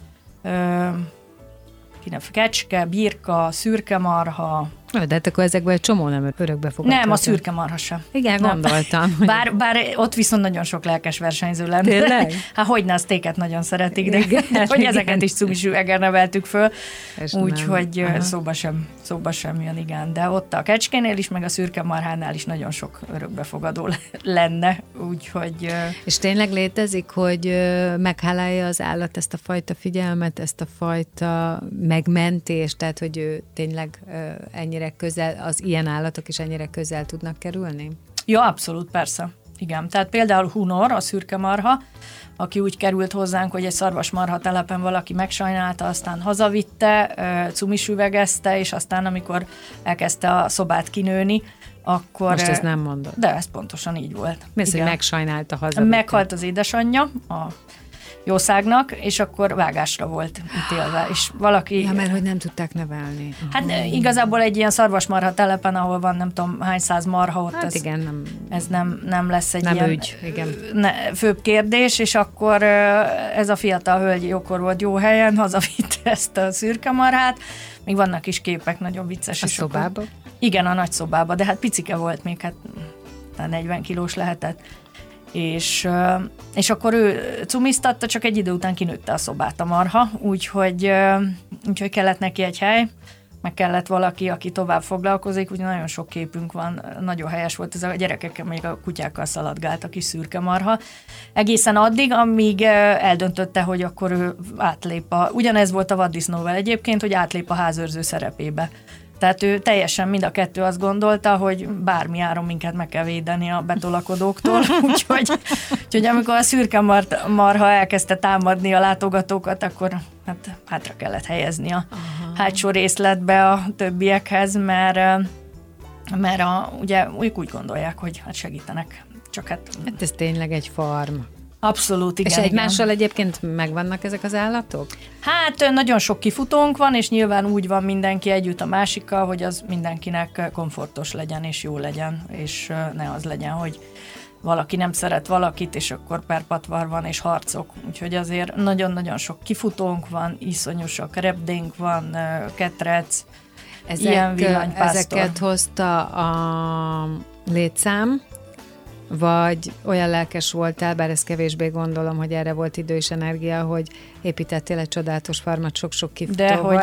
Kecske, birka, szürkemarha. De hát akkor ezekből egy csomó nem örökbefogadható. Nem, a szürkemarha sem. Igen, gondoltam. Bár ott viszont nagyon sok lelkes versenyző lenne. Tényleg? Hát hogyne, a sztéket nagyon szeretik, de hogy ezeket is cumisüvegen neveltük föl, úgyhogy szóba sem jön, igen. De ott a kecskénél is, meg a szürkemarhánál is nagyon sok örökbefogadó lenne, úgyhogy... És tényleg létezik, hogy meghálálja az állat ezt a fajta figyelmet, ezt a fajta megmentést, tehát hogy ő tényleg ennyire közel, az ilyen állatok is ennyire közel tudnak kerülni? Ja, abszolút, persze. Igen, tehát például Hunor, a szürkemarha, aki úgy került hozzánk, hogy egy szarvasmarha telepen valaki megsajnálta, aztán hazavitte, cumisüvegezte, és aztán amikor elkezdte a szobát kinőni, akkor... Most ezt nem mondod. De ez pontosan így volt. Mi az, hogy megsajnálta, hazavitte? Meghalt az édesanyja, a jószágnak, és akkor vágásra volt ítélve, és valaki... Ja, mert hogy nem tudták nevelni. Hát igazából egy ilyen szarvasmarha telepen, ahol van nem tudom hány száz marha, ott hát igen, ez nem lesz egy nem ilyen ügy, igen. Főbb kérdés, és akkor ez a fiatal hölgy jókor volt jó helyen, hazavitte ezt a szürkemarhát, még vannak is képek, nagyon vicces. A szobába? Igen, a nagy szobába, de hát picike volt még, hát 40 kilós lehetett. És akkor ő cumisztatta, csak egy idő után kinőtte a szobát a marha, úgyhogy kellett neki egy hely, meg kellett valaki, aki tovább foglalkozik, úgyhogy nagyon sok képünk van, nagyon helyes volt ez, a gyerekekkel, még a kutyákkal szaladgált a kis szürke marha. Egészen addig, amíg eldöntötte, hogy akkor ő átlép ugyanez volt a vaddisznóval egyébként, hogy átlép a házőrző szerepébe. Tehát ő teljesen mind a kettő azt gondolta, hogy bármi áron minket meg kell védeni a betolakodóktól, úgyhogy amikor a szürke marha elkezdte támadni a látogatókat, akkor hát hátra kellett helyezni a hátsó részletbe a többiekhez, mert ugye ők úgy gondolják, hogy hát segítenek. Csak hát ez tényleg egy farm. Abszolút, igen. És egymással egyébként megvannak ezek az állatok? Hát nagyon sok kifutónk van, és nyilván úgy van mindenki együtt a másikkal, hogy az mindenkinek komfortos legyen, és jó legyen, és ne az legyen, hogy valaki nem szeret valakit, és akkor perpatvar van, és harcok. Úgyhogy azért nagyon-nagyon sok kifutónk van, iszonyosak repdénk van, ketrec, ilyen villanypásztor. Ezeket hozta a létszám, vagy olyan lelkes voltál, bár ezt kevésbé gondolom, hogy erre volt idő és energia, hogy építettél egy csodálatos farmat sok-sok kifutóval,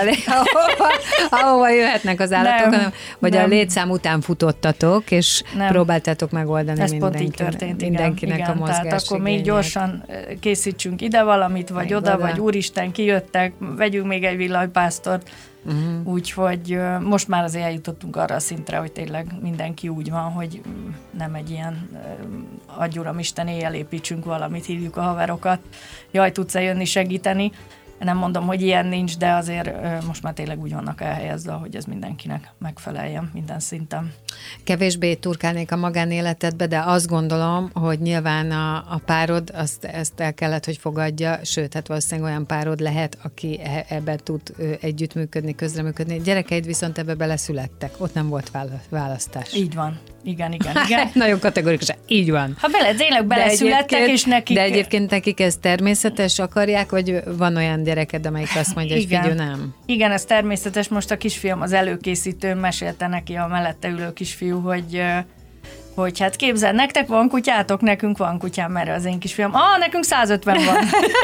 ahova jöhetnek az állatok, vagy a létszám után futottatok, és próbáltátok megoldani mindenkinek a mozgás tehát akkor még gyorsan készítsünk ide valamit, vagy oda, vagy úristen, kijöttek, vegyünk még egy villanypásztort. Úgyhogy most már azért eljutottunk arra a szintre, hogy tényleg mindenki úgy van, hogy nem egy ilyen adjuramisten éjjel építsünk valamit, hívjuk a haverokat, jaj, tudsz-e jönni segíteni. Nem mondom, hogy ilyen nincs, de azért most már tényleg úgy vannak elhelyezve, hogy ez mindenkinek megfeleljen minden szinten. Kevésbé turkálnék a magánéletedbe, de azt gondolom, hogy nyilván a párod ezt el kellett, hogy fogadja, sőt, hát valószínűleg olyan párod lehet, aki ebben tud együttműködni, közreműködni. Gyerekeid viszont ebbe beleszülettek, ott nem volt választás. Így van. Igen. Nagyon kategorikusan, így van. Ha tényleg beleszülettek, és nekik... De egyébként nekik ez természetes, akarják, vagy van olyan gyereked, amelyik azt mondja, hogy figyelj, nem? Igen, ez természetes. Most a kisfiam, az előkészítő mesélte neki a mellette ülő kisfiú, hogy hát képzel, nektek van kutyátok, nekünk van kutyám, mert az én kisfiam. Nekünk 150 van.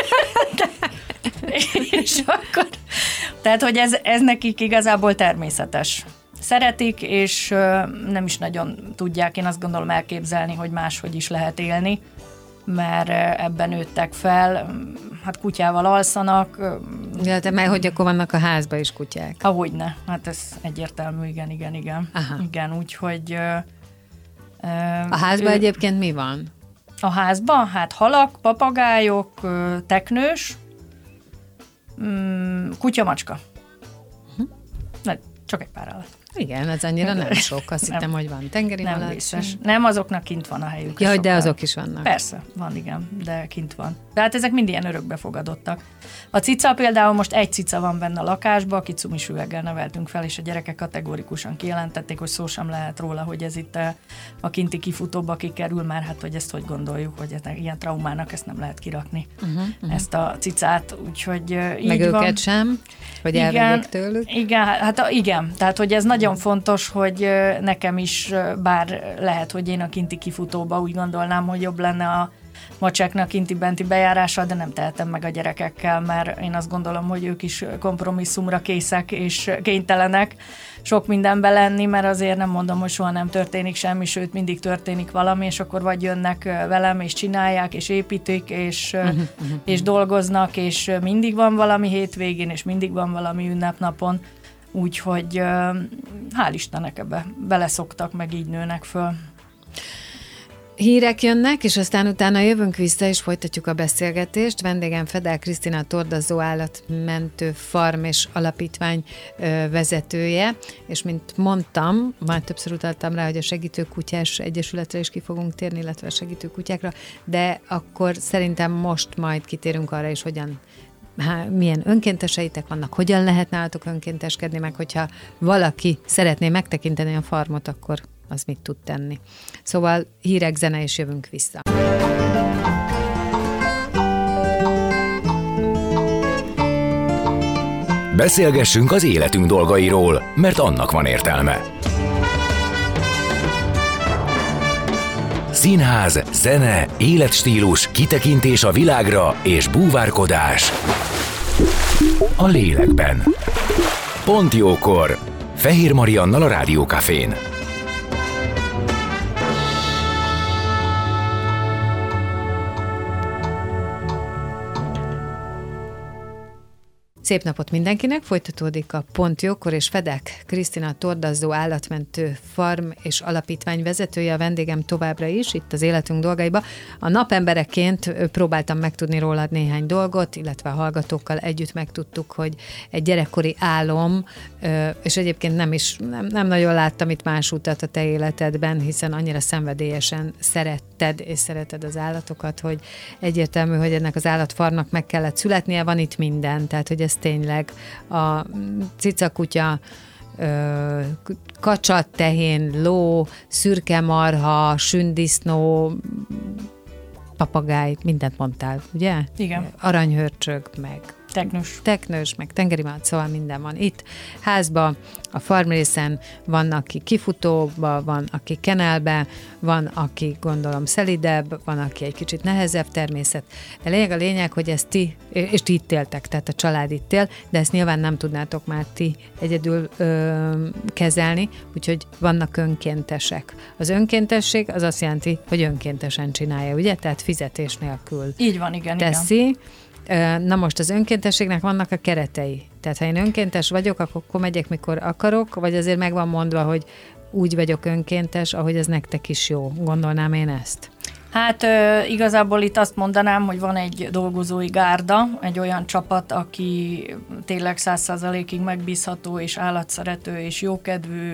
És akkor... Tehát, hogy ez nekik igazából természetes. Szeretik, és nem is nagyon tudják, én azt gondolom, elképzelni, hogy máshogy is lehet élni, mert ebben nőttek fel, hát kutyával alszanak. Ja, te mert hogy akkor vannak a házban is kutyák? Ahogyne, hát ez egyértelmű, igen. Aha. Igen, úgyhogy... A házban egyébként mi van? A házban? Hát halak, papagájok, teknős, kutya, macska. Csak egy pár állat. Igen, ez annyira nem sok. Azt hittem, hogy van tengeri nem malac. vészes. Nem, azoknak kint van a helyük. Ja, de azok is vannak. Persze, van, igen, de kint van. De hát ezek mind ilyen örökbefogadottak. A cica például most egy cica van benne a lakásban, akit cumis üveggel neveltünk fel, és a gyerekek kategórikusan kijelentették, hogy szó sem lehet róla, hogy ez itt a kinti kifutóba kikerül, már hát, hogy ezt hogy gondoljuk, hogy ilyen traumának ezt nem lehet kirakni, ezt a cicát, úgyhogy így meg van. Őket sem, hogy elvegyék tőlük. Igen, tehát hogy ez nagyon fontos, hogy nekem is, bár lehet, hogy én a kinti kifutóba úgy gondolnám, hogy jobb lenne a macsáknak kinti-benti bejárással, de nem tehetem meg a gyerekekkel, mert én azt gondolom, hogy ők is kompromisszumra készek és kénytelenek sok mindenbe lenni, mert azért nem mondom, hogy soha nem történik semmi, sőt mindig történik valami, és akkor vagy jönnek velem, és csinálják, és építik, és dolgoznak, és mindig van valami hétvégén, és mindig van valami ünnepnapon, úgyhogy hál' Istennek ebbe beleszoktak, meg így nőnek föl. Hírek jönnek, és aztán utána jövünk vissza, és folytatjuk a beszélgetést. Vendégem Fedel Krisztina Tordazó állatmentő farm és alapítvány vezetője, és mint mondtam, már többször utaltam rá, hogy a Segítőkutyás Egyesületre is ki fogunk térni, illetve a segítőkutyákra, de akkor szerintem most majd kitérünk arra is, milyen önkénteseitek vannak, hogyan lehet nálatok önkénteskedni, meg hogyha valaki szeretné megtekinteni a farmot, akkor az mit tud tenni. Szóval hírek, zene, és jövünk vissza. Beszélgessünk az életünk dolgairól, mert annak van értelme. Színház, zene, életstílus, kitekintés a világra és búvárkodás a lélekben. Pont jókor! Fehér Mariannal a Rádió Cafén. Szép napot mindenkinek, folytatódik a Pont jókor, és Fedel Krisztina Tordazó állatmentő farm és alapítvány vezetője, a vendégem továbbra is itt az életünk dolgaiba. A napembereként próbáltam megtudni rólad néhány dolgot, illetve a hallgatókkal együtt megtudtuk, hogy egy gyerekkori álom, és egyébként nem nagyon láttam itt más utat a te életedben, hiszen annyira szenvedélyesen szeretted és szereted az állatokat, hogy egyértelmű, hogy ennek az állatfarmnak meg kellett születnie, van itt minden, tehát hogy ez tényleg a cicakutya, kacsa, tehén, ló, szürke marha, sündisznó, papagáj, mindent mondtál, ugye? Igen. Aranyhörcsög, meg teknős, meg tengeri malac, szóval minden van itt. Házba, a farmrészen van, aki kifutóba, van, aki kenelbe, van, aki gondolom szelidebb, van, aki egy kicsit nehezebb természet. De a lényeg, hogy ezt ti, és ti itt éltek, tehát a család itt él, de ezt nyilván nem tudnátok már ti egyedül kezelni, úgyhogy vannak önkéntesek. Az önkéntesség az azt jelenti, hogy önkéntesen csinálja, ugye? Tehát fizetés nélkül. Így van, igen. Teszi. Na most az önkéntességnek vannak a keretei. Tehát ha én önkéntes vagyok, akkor megyek, mikor akarok, vagy azért meg van mondva, hogy úgy vagyok önkéntes, ahogy ez nektek is jó. Gondolnám én ezt? Hát igazából itt azt mondanám, hogy van egy dolgozói gárda, egy olyan csapat, aki tényleg 100%-ig megbízható, és állatszerető, és jókedvű,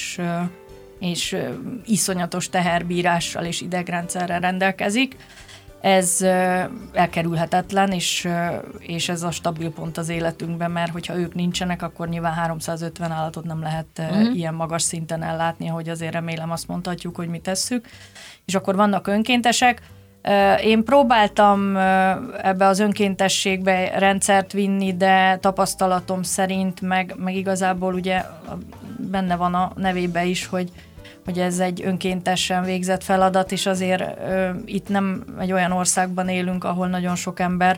és iszonyatos teherbírással és idegrendszerrel rendelkezik. Ez elkerülhetetlen, és ez a stabil pont az életünkben, mert hogyha ők nincsenek, akkor nyilván 350 állatot nem lehet ilyen magas szinten ellátni, ahogy azért remélem azt mondhatjuk, hogy mi tesszük. És akkor vannak önkéntesek. Én próbáltam ebbe az önkéntességbe rendszert vinni, de tapasztalatom szerint, meg igazából ugye benne van a nevébe is, hogy ez egy önkéntesen végzett feladat, és azért itt nem egy olyan országban élünk, ahol nagyon sok ember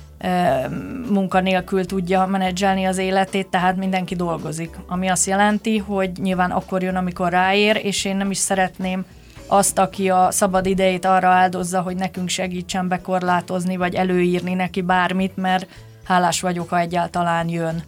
munkanélkül tudja menedzselni az életét, tehát mindenki dolgozik. Ami azt jelenti, hogy nyilván akkor jön, amikor ráér, és én nem is szeretném azt, aki a szabad idejét arra áldozza, hogy nekünk segítsen bekorlátozni, vagy előírni neki bármit, mert hálás vagyok, ha egyáltalán jön.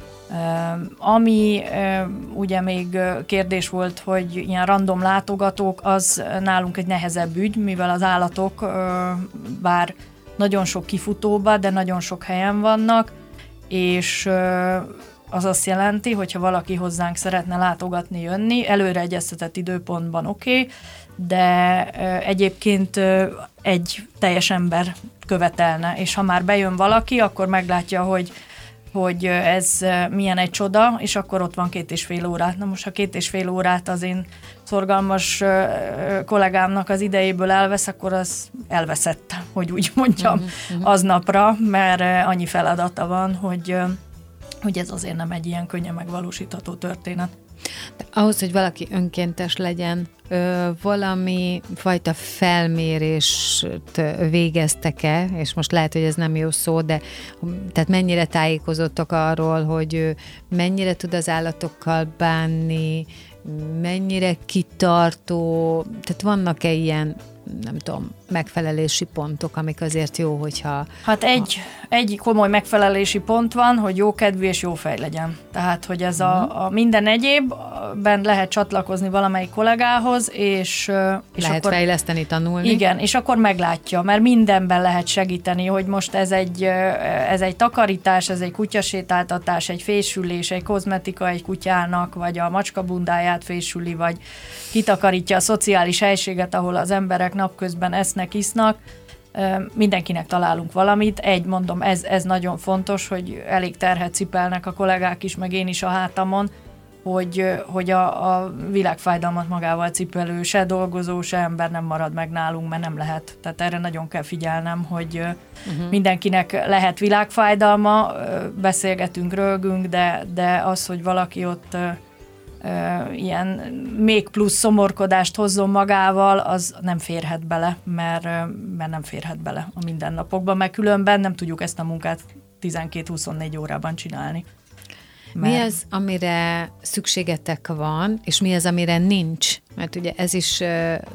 Ami ugye még kérdés volt, hogy ilyen random látogatók, az nálunk egy nehezebb ügy, mivel az állatok bár nagyon sok kifutóba, de nagyon sok helyen vannak, és az azt jelenti, hogyha valaki hozzánk szeretne látogatni, jönni, előre egyeztetett időpontban oké, de egyébként egy teljes ember követelne, és ha már bejön valaki, akkor meglátja, hogy ez milyen egy csoda, és akkor ott van 2,5 órát. Na most, ha 2,5 órát az én szorgalmas kollégámnak az idejéből elvesz, akkor az elveszett, hogy úgy mondjam, aznapra, mert annyi feladata van, hogy ez azért nem egy ilyen könnyen megvalósítható történet. De ahhoz, hogy valaki önkéntes legyen, valami fajta felmérést végeztek-e, és most lehet, hogy ez nem jó szó, de tehát mennyire tájékozottak arról, hogy mennyire tud az állatokkal bánni, mennyire kitartó, tehát vannak-e ilyen, nem tudom, megfelelési pontok, amik azért jó, hogyha... Hát egy komoly megfelelési pont van, hogy jó kedvű és jó fej legyen. Tehát, hogy ez a minden egyébben lehet csatlakozni valamelyik kollégához, és lehet akkor, fejleszteni, tanulni. Igen, és akkor meglátja, mert mindenben lehet segíteni, hogy most ez egy takarítás, ez egy kutyasétáltatás, egy fésülés, egy kozmetika egy kutyának, vagy a macskabundáját fésüli, vagy kitakarítja a szociális helységet, ahol az emberek napközben esznek, isznak, mindenkinek találunk valamit. Mondom, ez nagyon fontos, hogy elég terhet cipelnek a kollégák is, meg én is a hátamon, hogy a világfájdalmat magával cipelő se dolgozó, se ember nem marad meg nálunk, mert nem lehet. Tehát erre nagyon kell figyelnem, hogy mindenkinek lehet világfájdalma, beszélgetünk, rögünk, de az, hogy valaki ott ilyen még plusz szomorkodást hozzon magával, az nem férhet bele, mert nem férhet bele a mindennapokban, mert különben nem tudjuk ezt a munkát 12-24 órában csinálni. Mi az, amire szükségetek van, és mi az, amire nincs? Mert ugye ez is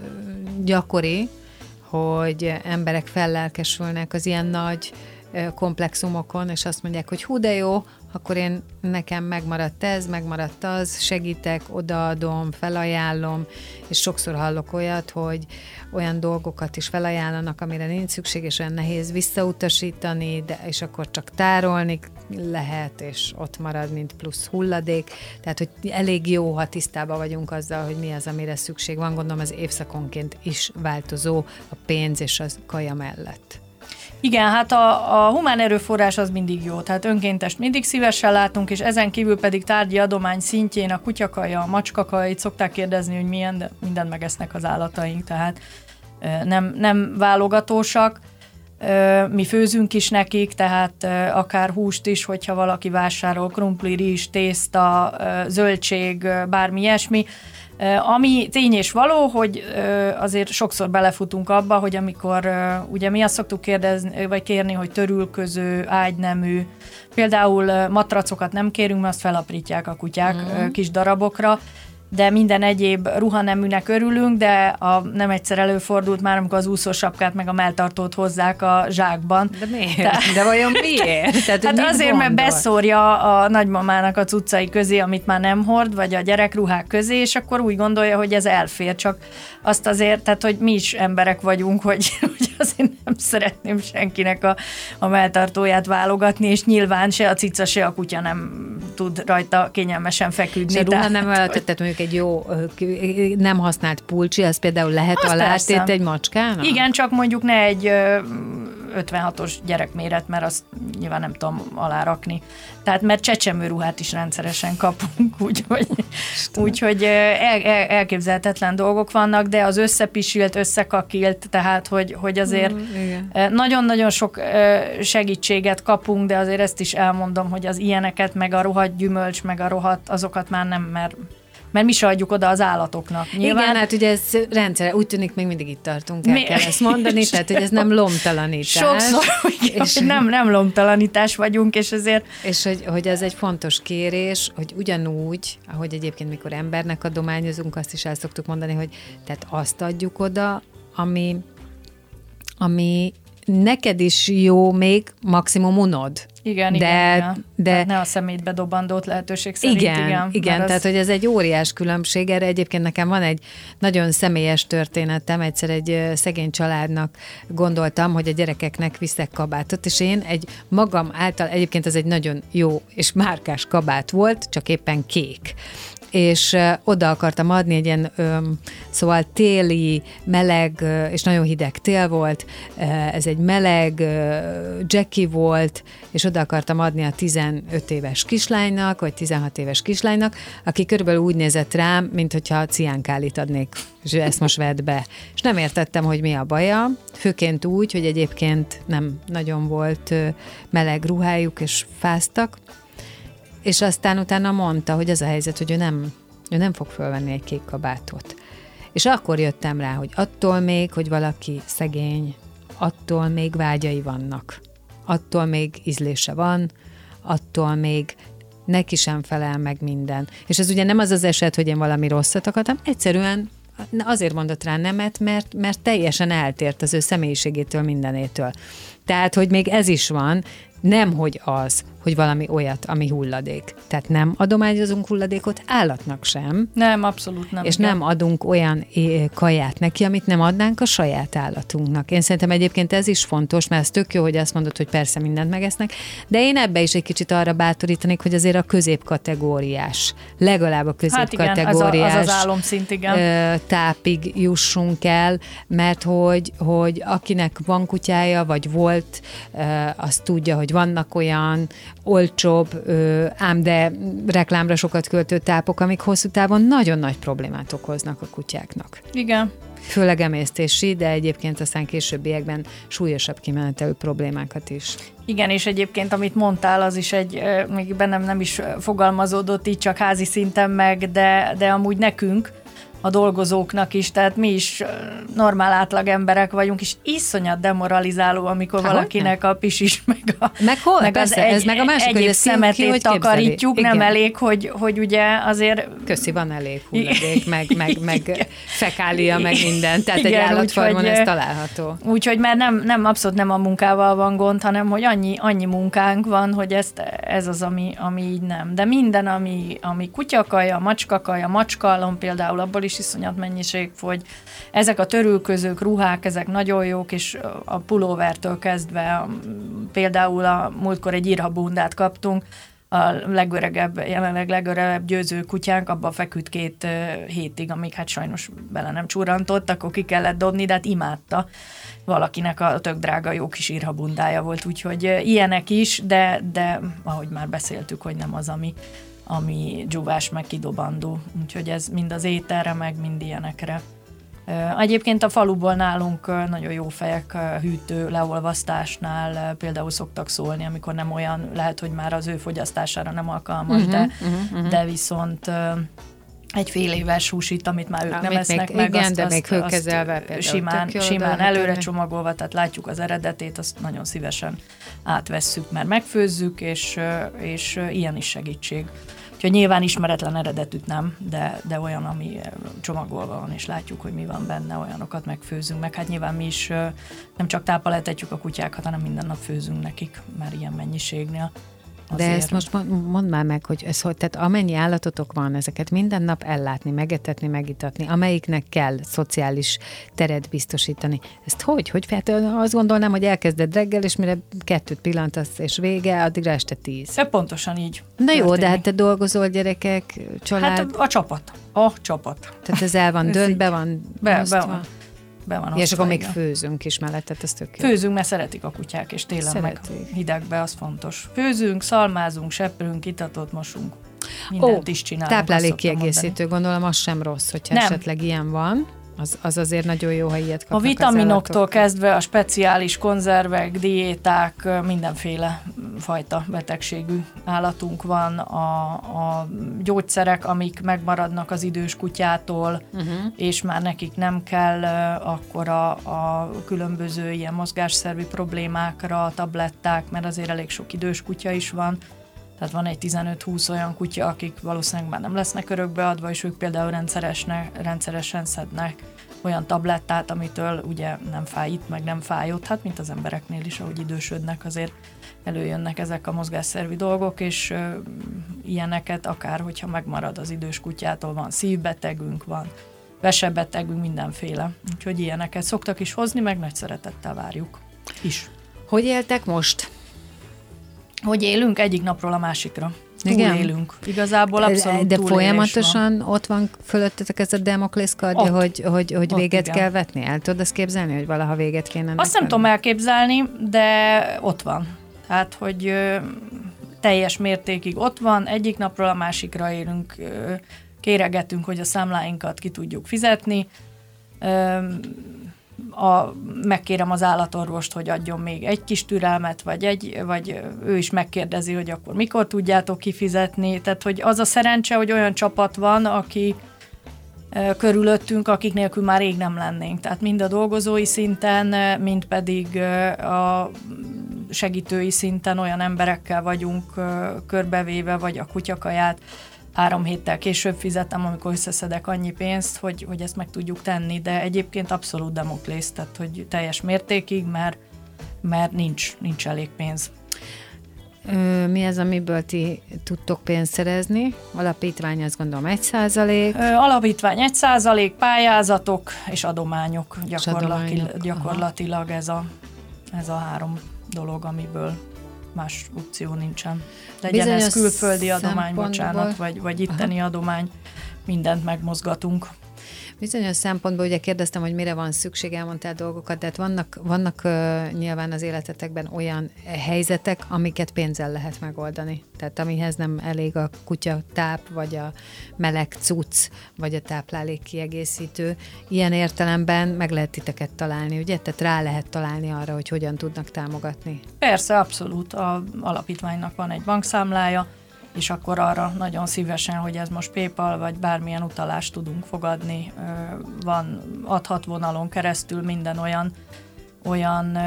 gyakori, hogy emberek fellelkesülnek az ilyen nagy komplexumokon, és azt mondják, hogy hú, de jó, akkor nekem megmaradt ez, megmaradt az, segítek, odaadom, felajánlom, és sokszor hallok olyat, hogy olyan dolgokat is felajánlanak, amire nincs szükség, és olyan nehéz visszautasítani, és akkor csak tárolni lehet, és ott marad, mint plusz hulladék. Tehát, hogy elég jó, ha tisztában vagyunk azzal, hogy mi az, amire szükség van. Gondolom, az évszakonként is változó a pénz és a kaja mellett. Igen, hát a humán erőforrás az mindig jó, tehát önkéntest mindig szívesen látunk, és ezen kívül pedig tárgyi adomány szintjén a kutyakaja, a macskakaja, itt szokták kérdezni, hogy milyen, de mindent megesznek az állataink, tehát nem válogatósak. Mi főzünk is nekik, tehát akár húst is, hogyha valaki vásárol, krumpli, rizs, tészta, zöldség, bármi ilyesmi. Ami tény és való, hogy azért sokszor belefutunk abba, hogy amikor ugye mi azt szoktuk kérdezni, vagy kérni, hogy törülköző, ágynemű, például matracokat nem kérünk, mert azt felaprítják a kutyák kis darabokra, de minden egyéb ruhaneműnek örülünk, de nem egyszer előfordult már, amikor az úszósapkát meg a melltartót hozzák a zsákban. De miért? De vajon miért? Tehát, hát azért, mert beszórja a nagymamának a cuccai közé, amit már nem hord, vagy a gyerekruhák közé, és akkor úgy gondolja, hogy ez elfér, csak azt azért, tehát, hogy mi is emberek vagyunk, hogy azért nem szeretném senkinek a melltartóját válogatni, és nyilván se a cica, se a kutya nem tud rajta kényelmesen feküdni. És a ruhanemű alatt, tehát mondjuk egy jó nem használt pulcsi, az például lehet alátét egy macskának? Igen, csak mondjuk ne egy 56-os gyerekméret, mert azt nyilván nem tudom alárakni. Tehát, mert csecsemőruhát is rendszeresen kapunk, úgyhogy elképzelhetetlen dolgok vannak, de az összepisilt, összekakilt, tehát, hogy azért nagyon-nagyon sok segítséget kapunk, de azért ezt is elmondom, hogy az ilyeneket, meg a rohadt gyümölcs, meg a rohadt, azokat már nem, mert mi se adjuk oda az állatoknak. Nyilván... Igen, hát ugye ez rendszer, úgy tűnik, még mindig itt tartunk, kell ezt mondani, tehát hogy ez nem lomtalanítás. Sokszor, és nem lomtalanítás vagyunk, és ezért... És hogy ez egy fontos kérés, hogy ugyanúgy, ahogy egyébként mikor embernek adományozunk, azt is el szoktuk mondani, hogy tehát azt adjuk oda, ami neked is jó még maximum unod. Igen. De ne a szemétbe dobandót lehetőség szerint. Igen, tehát hogy ez egy óriás különbség. Erre egyébként nekem van egy nagyon személyes történetem. Egyszer egy szegény családnak gondoltam, hogy a gyerekeknek viszek kabátot, és én egy magam által, egyébként ez egy nagyon jó és márkás kabát volt, csak éppen kék. És oda akartam adni egy ilyen, szóval téli, meleg, és nagyon hideg tél volt, ez egy meleg Jackie volt, és oda akartam adni a 15 éves kislánynak, vagy 16 éves kislánynak, aki körülbelül úgy nézett rám, mint hogyha ciánkálit adnék, és ezt most vedd be. És nem értettem, hogy mi a baja, főként úgy, hogy egyébként nem nagyon volt meleg ruhájuk, és fáztak, és aztán utána mondta, hogy az a helyzet, hogy ő nem fog fölvenni egy kék kabátot. És akkor jöttem rá, hogy attól még, hogy valaki szegény, attól még vágyai vannak. Attól még ízlése van, attól még neki sem felel meg minden. És ez ugye nem az az eset, hogy én valami rosszat akartam, egyszerűen azért mondott rá nemet, mert teljesen eltért az ő személyiségétől, mindenétől. Tehát, hogy még ez is van, nem hogy az, hogy valami olyat, ami hulladék. Tehát nem adományozunk hulladékot állatnak sem. Nem, abszolút nem. És nem adunk olyan kaját neki, amit nem adnánk a saját állatunknak. Én szerintem egyébként ez is fontos, mert ez tök jó, hogy azt mondod, hogy persze mindent megesznek, de én ebbe is egy kicsit arra bátorítanik, hogy azért a középkategóriás, legalább a középkategóriás az álomszint, igen. Tápig jussunk el, mert hogy akinek van kutyája, vagy volt, az tudja, hogy vannak olyan olcsóbb, ám de reklámra sokat költő tápok, amik hosszú távon nagyon nagy problémát okoznak a kutyáknak. Igen. Főleg emésztési, de egyébként aztán későbbiekben súlyosabb kimenetelő problémákat is. Igen, és egyébként, amit mondtál, az is még bennem nem is fogalmazódott így csak házi szinten meg, de amúgy nekünk, a dolgozóknak is, tehát mi is normál átlag emberek vagyunk, és iszonyat demoralizáló, amikor valakinek a pisis, meg az egyéb szemetét takarítjuk, nem elég, hogy ugye azért... Köszi, van elég hulladék, meg fekália, meg minden, tehát igen, egy állatfarmon ez található. Úgyhogy már nem abszolút nem a munkával van gond, hanem hogy annyi munkánk van, hogy ez az, ami így nem. De minden, ami kutyakaja, macskakaja, macskalom például, abból is iszonyat mennyiség fogy. Ezek a törülközők, ruhák, ezek nagyon jók, és a pulóvertől kezdve például a múltkor egy irhabundát kaptunk, a jelenleg legöregebb győző kutyánk abban feküdt 2 hétig, amíg hát sajnos bele nem csurrantott, akkor ki kellett dobni, de hát imádta. Valakinek a tök drága jó kis irhabundája volt, úgyhogy ilyenek is, de ahogy már beszéltük, hogy nem az, ami dzsúvás, meg kidobandó. Úgyhogy ez mind az ételre, meg mind ilyenekre. Egyébként a faluból nálunk nagyon jó fejek hűtő leolvasztásnál például szoktak szólni, amikor nem olyan, lehet, hogy már az ő fogyasztására nem alkalmas, de viszont egy fél éves húsit, amit már ők nem esznek meg, igen, de még hőkezelve simán előre csomagolva, tehát látjuk az eredetét, azt nagyon szívesen átvesszük, mert megfőzzük, és ilyen is segítség. Úgyhogy nyilván ismeretlen eredetűt nem, de olyan, ami csomagolva van, és látjuk, hogy mi van benne, olyanokat megfőzünk, meg hát nyilván mi is nem csak táppal etetjük a kutyákat, hanem minden nap főzünk nekik, már ilyen mennyiségnél. Azért. De ezt most mondd már meg, hogy tehát amennyi állatotok van, ezeket minden nap ellátni, megetetni, megitatni, amelyiknek kell szociális teret biztosítani. Ezt hogy? Hát azt gondolnám, hogy elkezded reggel, és mire 2 pillantasz, és vége, addigra este 10. Pontosan így. Na jó, de hát te dolgozol, gyerekek, család? Hát a csapat. Tehát ez el van dönt, be van osztva. Be van és akkor még főzünk is mellettet, ez tök jó. Főzünk, mert szeretik a kutyák, és tényleg meg hidegbe, az fontos. Főzünk, szalmázunk, seprünk, itatot mosunk. Mindent is csinálunk. Táplálékkiegészítő, gondolom, az sem rossz, hogyha esetleg ilyen van. Az azért nagyon jó, ha ilyet kapnak. A vitaminoktól kezdve a speciális konzervek, diéták, mindenféle fajta betegségű állatunk van, a gyógyszerek, amik megmaradnak az idős kutyától, és már nekik nem kell, akkor a különböző ilyen mozgásszervi problémákra, tabletták, mert azért elég sok idős kutya is van. Tehát van egy 15-20 olyan kutya, akik valószínűleg már nem lesznek örökbeadva, és ők például rendszeresen szednek olyan tablettát, amitől ugye nem fáj itt, meg nem fáj ott, hát mint az embereknél is, ahogy idősödnek, azért előjönnek ezek a mozgásszervi dolgok, és ilyeneket akár, hogyha megmarad az idős kutyától, van szívbetegünk, van vesebetegünk, mindenféle. Úgyhogy ilyeneket szoktak is hozni, meg nagy szeretettel várjuk is. Hogy éltek most? Hogy élünk egyik napról a másikra. Igen? Túlélünk. Igazából abszolút De folyamatosan ott van fölöttetek ez a Damoklész kardja, hogy véget kell vetni? El tudod azt képzelni, hogy valaha véget kéne? Azt nem tudom elképzelni, de ott van. Tehát, hogy teljes mértékig ott van, egyik napról a másikra élünk, kéregetünk, hogy a számláinkat ki tudjuk fizetni, megkérem az állatorvost, hogy adjon még egy kis türelmet, vagy ő is megkérdezi, hogy akkor mikor tudjátok kifizetni. Tehát, hogy az a szerencse, hogy olyan csapat van, aki körülöttünk, akik nélkül már rég nem lennénk. Tehát mind a dolgozói szinten, mind pedig a segítői szinten olyan emberekkel vagyunk körbevéve, vagy a kutyakaját 3 héttel később fizetem, amikor összeszedek annyi pénzt, hogy ezt meg tudjuk tenni, de egyébként abszolút Damoklész, tehát hogy teljes mértékig, mert nincs elég pénz. Mi az, amiből ti tudtok pénzt szerezni? Alapítvány, azt gondolom 1%. Alapítvány 1%, pályázatok és adományok. Gyakorlatilag ez a 3 dolog, amiből más opció nincsen. Legyen bizonyos ez külföldi adomány, vagy itteni adomány, mindent megmozgatunk. Bizonyos szempontból ugye kérdeztem, hogy mire van szükség, elmondtál dolgokat, de hát vannak nyilván az életetekben olyan helyzetek, amiket pénzzel lehet megoldani. Tehát amihez nem elég a kutyatáp, vagy a meleg cucc, vagy a táplálék kiegészítő. Ilyen értelemben meg lehet titeket találni, ugye? Tehát rá lehet találni arra, hogy hogyan tudnak támogatni. Persze, abszolút. Az alapítványnak van egy bankszámlája, és akkor arra nagyon szívesen, hogy ez most PayPal, vagy bármilyen utalást tudunk fogadni. Van adhat vonalon keresztül minden olyan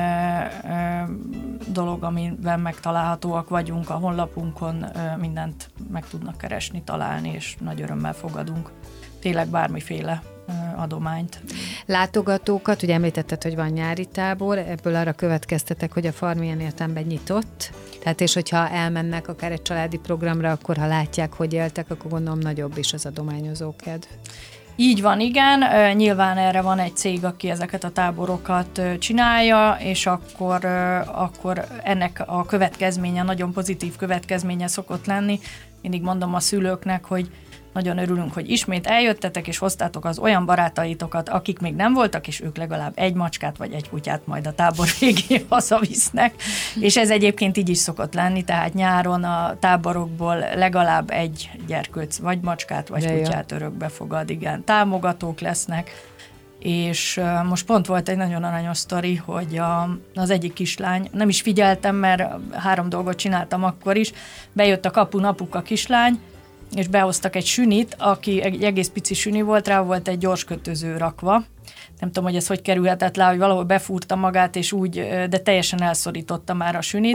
dolog, amiben megtalálhatóak vagyunk a honlapunkon, mindent meg tudnak keresni, találni, és nagy örömmel fogadunk tényleg bármiféle adományt. Látogatókat, ugye említetted, hogy van nyári tábor, ebből arra következtetek, hogy a farm ilyen értelemben nyitott. Tehát és hogyha elmennek akár egy családi programra, akkor ha látják, hogy éltek, akkor gondolom nagyobb is az adományozókedv. Így van, igen. Nyilván erre van egy cég, aki ezeket a táborokat csinálja, és akkor ennek a következménye, nagyon pozitív következménye szokott lenni. Mindig mondom a szülőknek, hogy nagyon örülünk, hogy ismét eljöttetek, és hoztátok az olyan barátaitokat, akik még nem voltak, és ők legalább egy macskát vagy egy kutyát majd a tábor végén hazavisznek. És ez egyébként így is szokott lenni, tehát nyáron a táborokból legalább egy gyerkőc vagy macskát vagy kutyát örökbe fogad, igen. Támogatók lesznek, és most pont volt egy nagyon aranyos sztori, hogy az egyik kislány, nem is figyeltem, mert 3 dolgot csináltam akkor is, bejött a kapun apuka kislány, és behoztak egy sünit, aki egy egész pici süni volt, rá volt egy gyors kötöző rakva. Nem tudom, hogy ez hogy kerülhetett le, hogy valahol befúrta magát, és úgy, de teljesen elszorította már a sünit.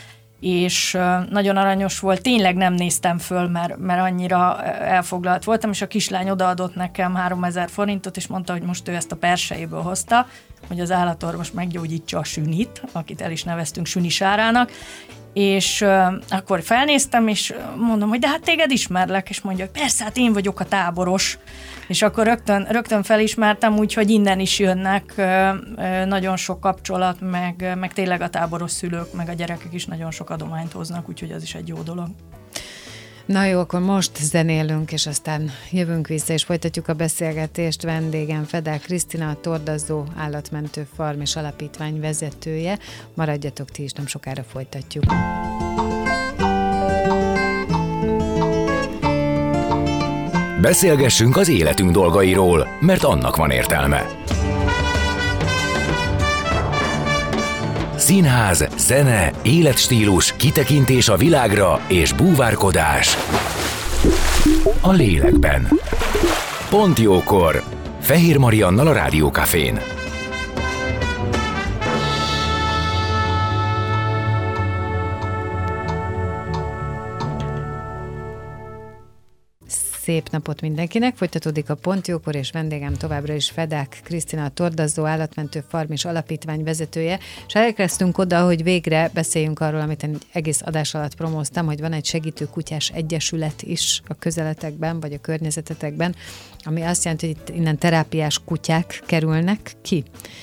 És nagyon aranyos volt, tényleg nem néztem föl, mert annyira elfoglalt voltam, és a kislány odaadott nekem 3000 forintot, és mondta, hogy most ő ezt a persejéből hozta, hogy az állatorvos meggyógyítsa a sünit, akit el is neveztünk Sünisárának, és akkor felnéztem, és mondom, hogy de hát téged ismerlek, és mondja, hogy persze, hát én vagyok a táboros, és akkor rögtön felismertem, úgyhogy innen is jönnek nagyon sok kapcsolat, meg tényleg a táboros szülők, meg a gyerekek is nagyon sok adományt hoznak, úgyhogy az is egy jó dolog. Na jó, akkor most zenélünk, és aztán jövünk vissza, és folytatjuk a beszélgetést. Vendégem Fedel Krisztina, a Tordazó Állatmentő Farm és Alapítvány vezetője. Maradjatok ti is, nem sokára folytatjuk. Beszélgessünk az életünk dolgairól, mert annak van értelme. Színház, zene, életstílus, kitekintés a világra és búvárkodás a lélekben. Pont jókor! Fehér Mariannal a Rádió Cafén. szép napot mindenkinek. Folytatódik a Pontjókor, és vendégem továbbra is Fedák Krisztina, a Tordazzó Állatmentő Farm és Alapítvány vezetője. És elkezdtünk oda, hogy végre beszéljünk arról, amit én egész adás alatt promóztam, hogy van egy segítő kutyás egyesület is a közeletekben, vagy a környezetetekben, ami azt jelenti, hogy itt innen terápiás kutyák kerülnek ki.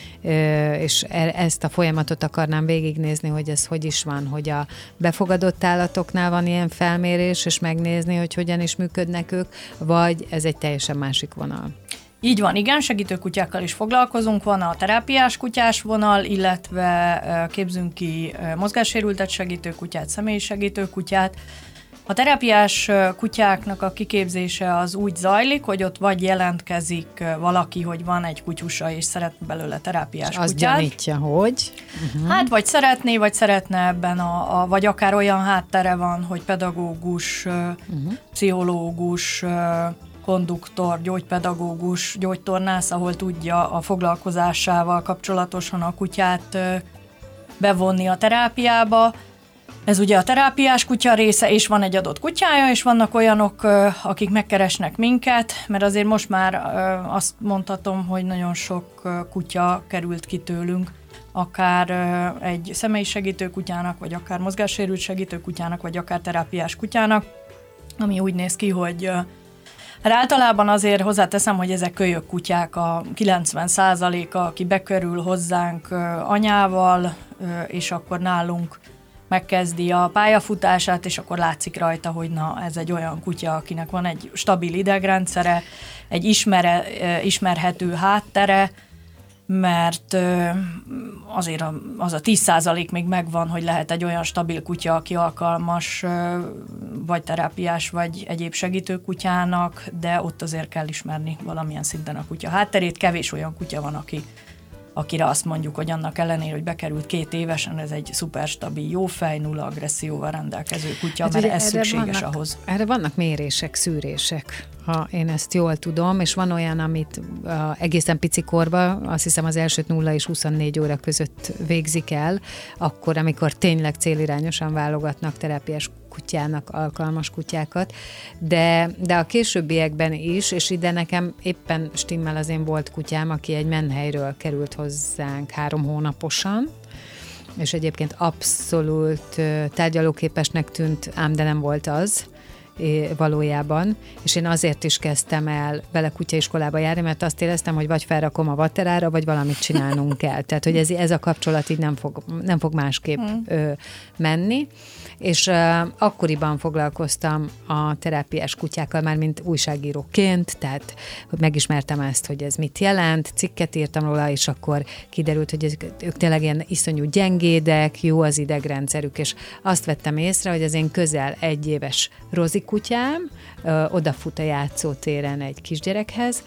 És ezt a folyamatot akarnám végignézni, hogy ez hogy is van, hogy a befogadott állatoknál van ilyen felmérés, és megnézni, hogy hogyan is működnek ők, vagy ez egy teljesen másik vonal. Így van, igen, segítőkutyákkal is foglalkozunk, van a terápiás kutyás vonal, illetve képzünk ki mozgássérültet segítőkutyát, személyi segítőkutyát. A terápiás kutyáknak a kiképzése az úgy zajlik, hogy ott vagy jelentkezik valaki, hogy van egy kutyusa, és szeretne belőle terápiás kutyát. Azt gyanítja, hogy? Hát vagy szeretné, vagy szeretne ebben, vagy akár olyan háttere van, hogy pedagógus, pszichológus, konduktor, gyógypedagógus, gyógytornász, ahol tudja a foglalkozásával kapcsolatosan a kutyát bevonni a terápiába. Ez ugye a terápiás kutya része, és van egy adott kutyája, és vannak olyanok, akik megkeresnek minket, mert azért most már azt mondhatom, hogy nagyon sok kutya került ki tőlünk, akár egy személyi segítőkutyának, vagy akár mozgássérült segítőkutyának, vagy akár terápiás kutyának, ami úgy néz ki, hogy hát általában azért hozzáteszem, hogy ezek kölyök kutyák, a 90%-a, aki bekerül hozzánk anyával, és akkor nálunk megkezdi a pályafutását, és akkor látszik rajta, hogy na, ez egy olyan kutya, akinek van egy stabil idegrendszere, egy ismerhető háttere, mert azért az a 10% még megvan, hogy lehet egy olyan stabil kutya, aki alkalmas vagy terápiás, vagy egyéb segítőkutyának, de ott azért kell ismerni valamilyen szinten a kutya hátterét. Kevés olyan kutya van, akire azt mondjuk, hogy annak ellenére, hogy bekerült 2 évesen, ez egy szuper stabil, jó fej, nulla agresszióval rendelkező kutya, hát mert ez szükséges ahhoz. Erre vannak mérések, szűrések, ha én ezt jól tudom, és van olyan, amit egészen pici korban, azt hiszem az elsőt 0 és 24 óra között végzik el, akkor, amikor tényleg célirányosan válogatnak terápiás kutyának alkalmas kutyákat, de a későbbiekben is, és ide nekem éppen stimmel az én volt kutyám, aki egy menhelyről került hozzánk 3 hónaposan, és egyébként abszolút tárgyalóképesnek tűnt, ám de nem volt az valójában, és én azért is kezdtem el vele kutyaiskolába járni, mert azt éreztem, hogy vagy felrakom a vaterára, vagy valamit csinálnunk kell. Tehát, hogy ez a kapcsolat így nem fog másképp menni. És akkoriban foglalkoztam a terápiás kutyákkal már, mint újságíróként, tehát megismertem ezt, hogy ez mit jelent, cikket írtam róla, és akkor kiderült, hogy ők tényleg ilyen iszonyú gyengédek, jó az idegrendszerük, és azt vettem észre, hogy az én közel 1 éves Rozi kutyám odafut a játszótéren egy kisgyerekhez,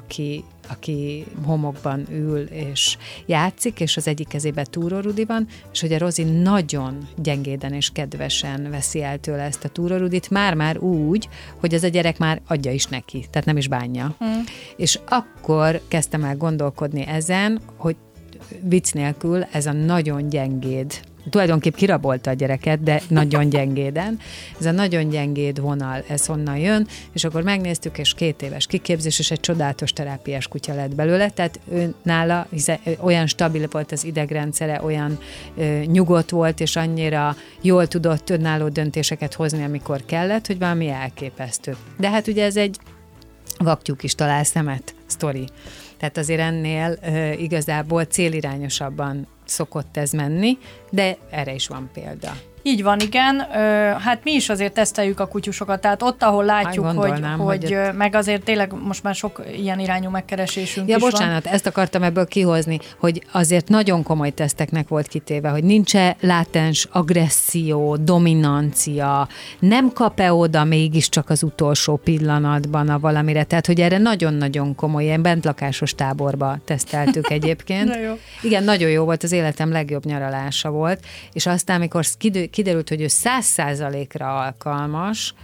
aki homokban ül és játszik, és az egyik kezében túrórudi van, és hogy a Rozi nagyon gyengéden és kedvesen veszi el tőle ezt a túrórudit, már úgy, hogy az a gyerek már adja is neki, tehát nem is bánja. És akkor kezdtem el gondolkodni ezen, hogy vicc nélkül ez a nagyon gyengéd, tulajdonképp kirabolta a gyereket, de nagyon gyengéden. Ez a nagyon gyengéd vonal, ez honnan jön, és akkor megnéztük, és 2 éves kiképzés, és egy csodálatos terápiás kutya lett belőle, tehát ő nála olyan stabil volt az idegrendszere, olyan nyugodt volt, és annyira jól tudott önálló döntéseket hozni, amikor kellett, hogy valami elképesztő. De hát ugye ez egy vaktyúk is talál szemet sztori. Tehát azért ennél igazából célirányosabban szokott ez menni, de erre is van példa. Így van, igen. Hát mi is azért teszteljük a kutyusokat, tehát ott, ahol látjuk, hogy meg azért tényleg most már sok ilyen irányú megkeresésünk is bocsánat, ezt akartam ebből kihozni, hogy azért nagyon komoly teszteknek volt kitéve, hogy nincs-e látens agresszió, dominancia, nem kap-e oda mégiscsak az utolsó pillanatban a valamire, tehát hogy erre nagyon-nagyon komoly, ilyen bentlakásos táborba teszteltük egyébként. Jó. Igen, nagyon jó volt, az életem legjobb nyaralása volt, és aztán, amikor kiderült, hogy ő 100%-ra alkalmas,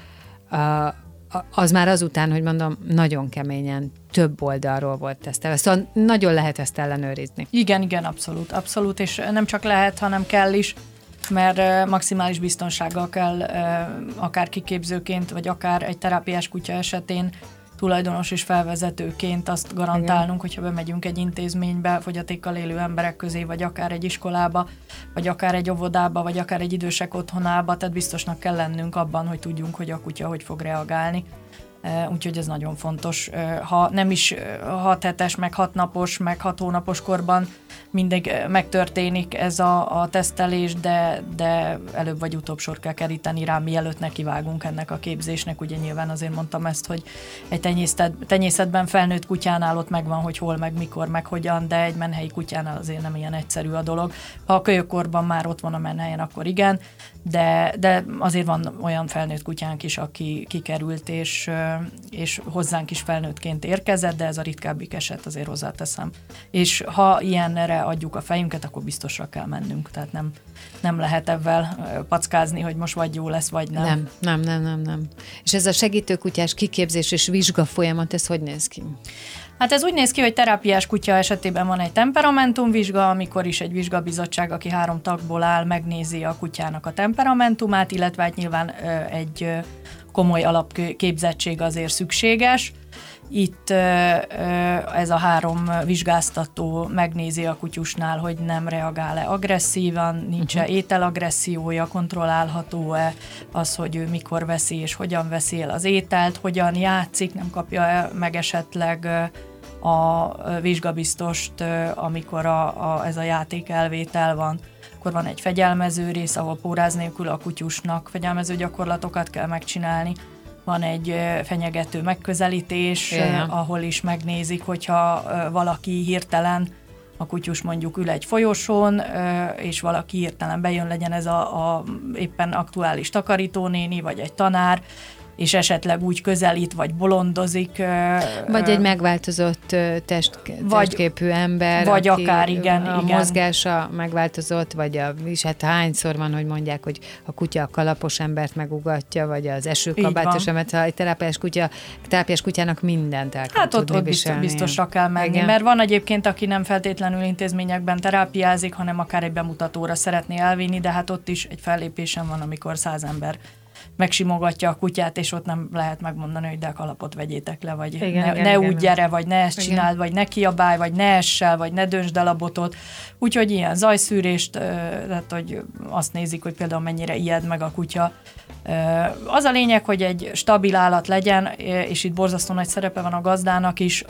az már azután, hogy mondom, nagyon keményen több oldalról volt tesztelve. Szóval nagyon lehet ezt ellenőrizni. Igen, abszolút, és nem csak lehet, hanem kell is. mert maximális biztonsággal kell akár kiképzőként, vagy akár egy terápiás kutya esetén tulajdonos és felvezetőként azt garantálnunk, hogyha bemegyünk egy intézménybe, fogyatékkal élő emberek közé, vagy akár egy iskolába, vagy akár egy óvodába, vagy akár egy idősek otthonába, tehát biztosnak kell lennünk abban, hogy tudjunk, hogy a kutya hogy fog reagálni. Úgyhogy ez nagyon fontos. Ha nem is 6 hetes, meg 6 napos, meg 6 hónapos korban mindig megtörténik ez a tesztelés, de előbb vagy utóbb sor kell keríteni rá, mielőtt nekivágunk ennek a képzésnek. Ugye nyilván azért mondtam ezt, hogy egy tenyészetben felnőtt kutyánál ott megvan, hogy hol, meg mikor, meg hogyan, de egy menhelyi kutyánál azért nem ilyen egyszerű a dolog. Ha a kölyökkorban már ott van a menhelyen, akkor igen, de azért van olyan felnőtt kutyánk is, aki kikerült, és hozzánk is felnőttként érkezett, de ez a ritkábbik eset, azért hozzáteszem. És ha ilyenre adjuk a fejünket, akkor biztosra kell mennünk, tehát nem lehet ebben packázni, hogy most vagy jó lesz, vagy nem. Nem. És ez a segítőkutyás kiképzés és vizsga folyamat, ez hogy néz ki? Hát ez úgy néz ki, hogy terápiás kutya esetében van egy temperamentumvizsga, amikor is egy vizsgabizottság, aki 3 tagból áll, megnézi a kutyának a temperamentumát, illetve hát nyilván egy komoly alapképzettség azért szükséges. Itt ez a 3 vizsgáztató megnézi a kutyusnál, hogy nem reagál-e agresszívan, nincs-e ételagressziója, kontrollálható-e az, hogy ő mikor veszi és hogyan veszi el az ételt, hogyan játszik, nem kapja meg esetleg a vizsgabiztost, amikor ez a játék elvétel van. Akkor van egy fegyelmező rész, ahol póráz nélkül a kutyusnak fegyelmező gyakorlatokat kell megcsinálni. Van egy fenyegető megközelítés, ahol is megnézik, hogyha valaki hirtelen, a kutyus mondjuk ül egy folyosón, és valaki hirtelen bejön, legyen ez a éppen aktuális takarítónéni, vagy egy tanár, és esetleg úgy közelít, vagy bolondozik. Vagy egy megváltozott testképű ember, vagy akár, igen. A mozgása megváltozott, vagy és hát hányszor van, hogy mondják, hogy a kutya a kalapos embert megugatja, vagy az esőkabátos embert, ha egy terápiás kutyának mindent el kell tudni viselni. Biztosra kell menni, igen. Mert van egyébként, aki nem feltétlenül intézményekben terápiázik, hanem akár egy bemutatóra szeretné elvinni, de hát ott is egy fellépésen van, amikor 100 ember megsimogatja a kutyát, és ott nem lehet megmondani, hogy de a kalapot vegyétek le, vagy ne úgy gyere, vagy ne ezt csináld, vagy ne kiabálj, vagy ne essel, vagy ne döntsd el a botot. Úgyhogy ilyen zajszűrést, tehát hogy azt nézik, hogy például mennyire ijed meg a kutya. Az a lényeg, hogy egy stabil állat legyen, és itt borzasztó nagy szerepe van a gazdának is,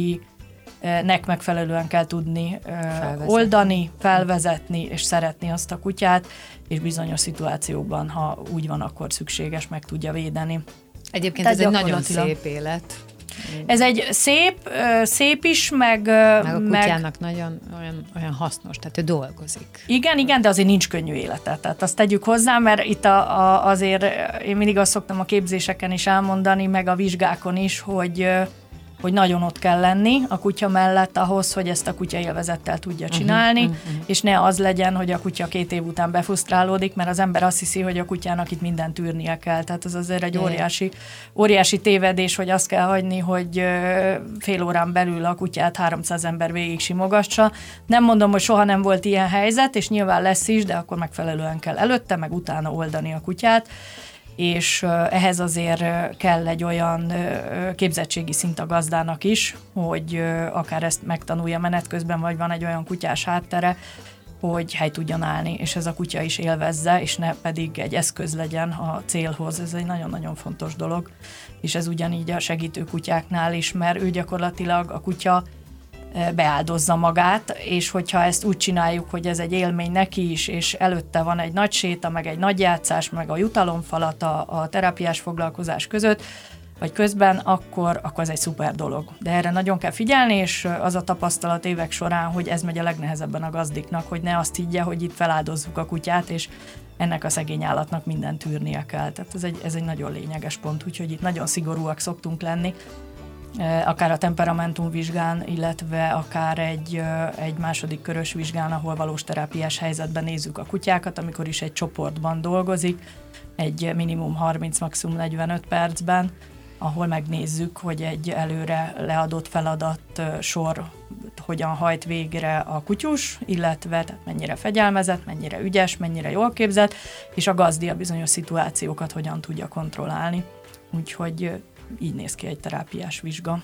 akinek megfelelően kell tudni oldani, felvezetni és szeretni azt a kutyát, és bizonyos szituációkban, ha úgy van, akkor szükséges, meg tudja védeni. Egyébként ez egy nagyon szép élet. Ez egy szép is, meg a kutyának nagyon olyan hasznos, tehát ő dolgozik. Igen, de azért nincs könnyű élete. Tehát azt tegyük hozzá, mert itt azért én mindig azt szoktam a képzéseken is elmondani, meg a vizsgákon is, hogy nagyon ott kell lenni a kutya mellett ahhoz, hogy ezt a kutya élvezettel tudja csinálni, és ne az legyen, hogy a kutya 2 év után befrusztrálódik, mert az ember azt hiszi, hogy a kutyának itt mindent tűrnie kell. Tehát az azért egy óriási tévedés, hogy azt kell hagyni, hogy fél órán belül a kutyát 300 ember végig simogassa. Nem mondom, hogy soha nem volt ilyen helyzet, és nyilván lesz is, de akkor megfelelően kell előtte, meg utána oldani a kutyát. És ehhez azért kell egy olyan képzettségi szint a gazdának is, hogy akár ezt megtanulja menet közben, vagy van egy olyan kutyás háttere, hogy hely tudjon állni, és ez a kutya is élvezze, és ne pedig egy eszköz legyen a célhoz. Ez egy nagyon-nagyon fontos dolog, és ez ugyanígy a segítő kutyáknál is, mert ő gyakorlatilag a kutya beáldozza magát, és hogyha ezt úgy csináljuk, hogy ez egy élmény neki is, és előtte van egy nagy séta, meg egy nagy játszás, meg a jutalomfalat a terápiás foglalkozás között, vagy közben, akkor ez egy szuper dolog. De erre nagyon kell figyelni, és az a tapasztalat évek során, hogy ez megy a legnehezebben a gazdiknak, hogy ne azt higgye, hogy itt feláldozzuk a kutyát, és ennek a szegény állatnak mindent tűrnie kell. Tehát ez egy nagyon lényeges pont, úgyhogy itt nagyon szigorúak szoktunk lenni, akár a temperamentumvizsgán, illetve akár egy második körös vizsgán, ahol valós terápiás helyzetben nézzük a kutyákat, amikor is egy csoportban dolgozik, egy minimum 30, maximum 45 percben, ahol megnézzük, hogy egy előre leadott feladat sor hogyan hajt végre a kutyus, illetve tehát mennyire fegyelmezett, mennyire ügyes, mennyire jól képzett, és a gazdi a bizonyos szituációkat hogyan tudja kontrollálni. Úgyhogy így néz ki egy terápiás vizsga.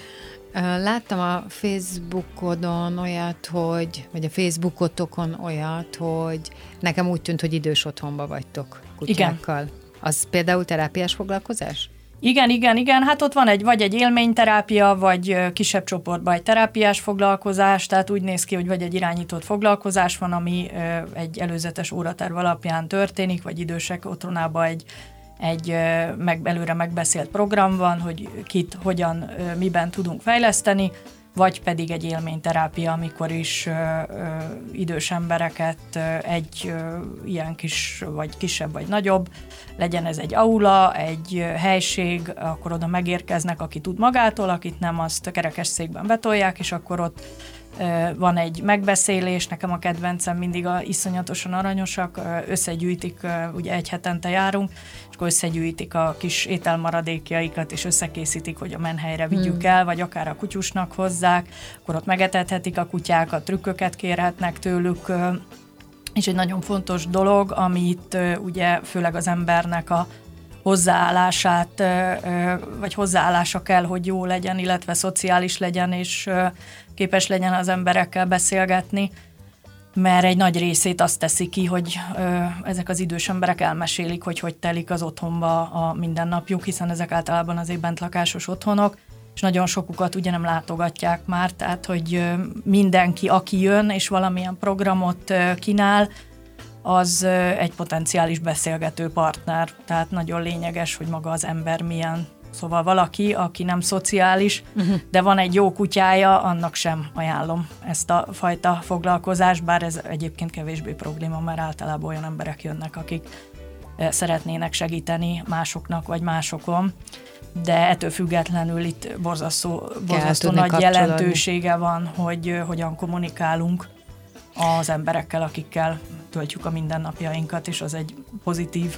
Láttam a Facebookodon olyat, vagy a Facebookotokon olyat, hogy nekem úgy tűnt, hogy idős otthonba vagytok kutyákkal. Igen. Az például terápiás foglalkozás? Igen. Hát ott van vagy egy élményterápia, vagy kisebb csoportban egy terápiás foglalkozás, tehát úgy néz ki, hogy vagy egy irányított foglalkozás van, ami egy előzetes óraterv alapján történik, vagy idősek otthonában egy előre megbeszélt program van, hogy kit, hogyan, miben tudunk fejleszteni, vagy pedig egy élményterápia, amikor is idős embereket egy ilyen kis, vagy kisebb, vagy nagyobb, legyen ez egy aula, egy helység, akkor oda megérkeznek, aki tud magától, akit nem, azt kerekesszékben betolják, és akkor ott van egy megbeszélés, nekem a kedvencem mindig iszonyatosan aranyosak, összegyűjtik, ugye egy hetente járunk, és akkor összegyűjtik a kis ételmaradékjaikat, és összekészítik, hogy a menhelyre vigyük el, vagy akár a kutyusnak hozzák, akkor ott megetethetik a kutyákat, trükköket kérhetnek tőlük, és egy nagyon fontos dolog, amit ugye főleg az embernek a hozzáállását, vagy hozzáállása kell, hogy jó legyen, illetve szociális legyen, és képes legyen az emberekkel beszélgetni, mert egy nagy részét azt teszi ki, hogy ezek az idős emberek elmesélik, hogy telik az otthonba a mindennapjuk, hiszen ezek általában azért bentlakásos otthonok, és nagyon sokukat ugye nem látogatják már, tehát hogy mindenki, aki jön, és valamilyen programot kínál, az egy potenciális beszélgető partner, tehát nagyon lényeges, hogy maga az ember milyen. Szóval valaki, aki nem szociális, de van egy jó kutyája, annak sem ajánlom ezt a fajta foglalkozást, bár ez egyébként kevésbé probléma, mert általában olyan emberek jönnek, akik szeretnének segíteni másoknak vagy másokon, de ettől függetlenül itt borzasztó nagy jelentősége van, hogy hogyan kommunikálunk az emberekkel, akikkel töltjük a mindennapjainkat, és az egy pozitív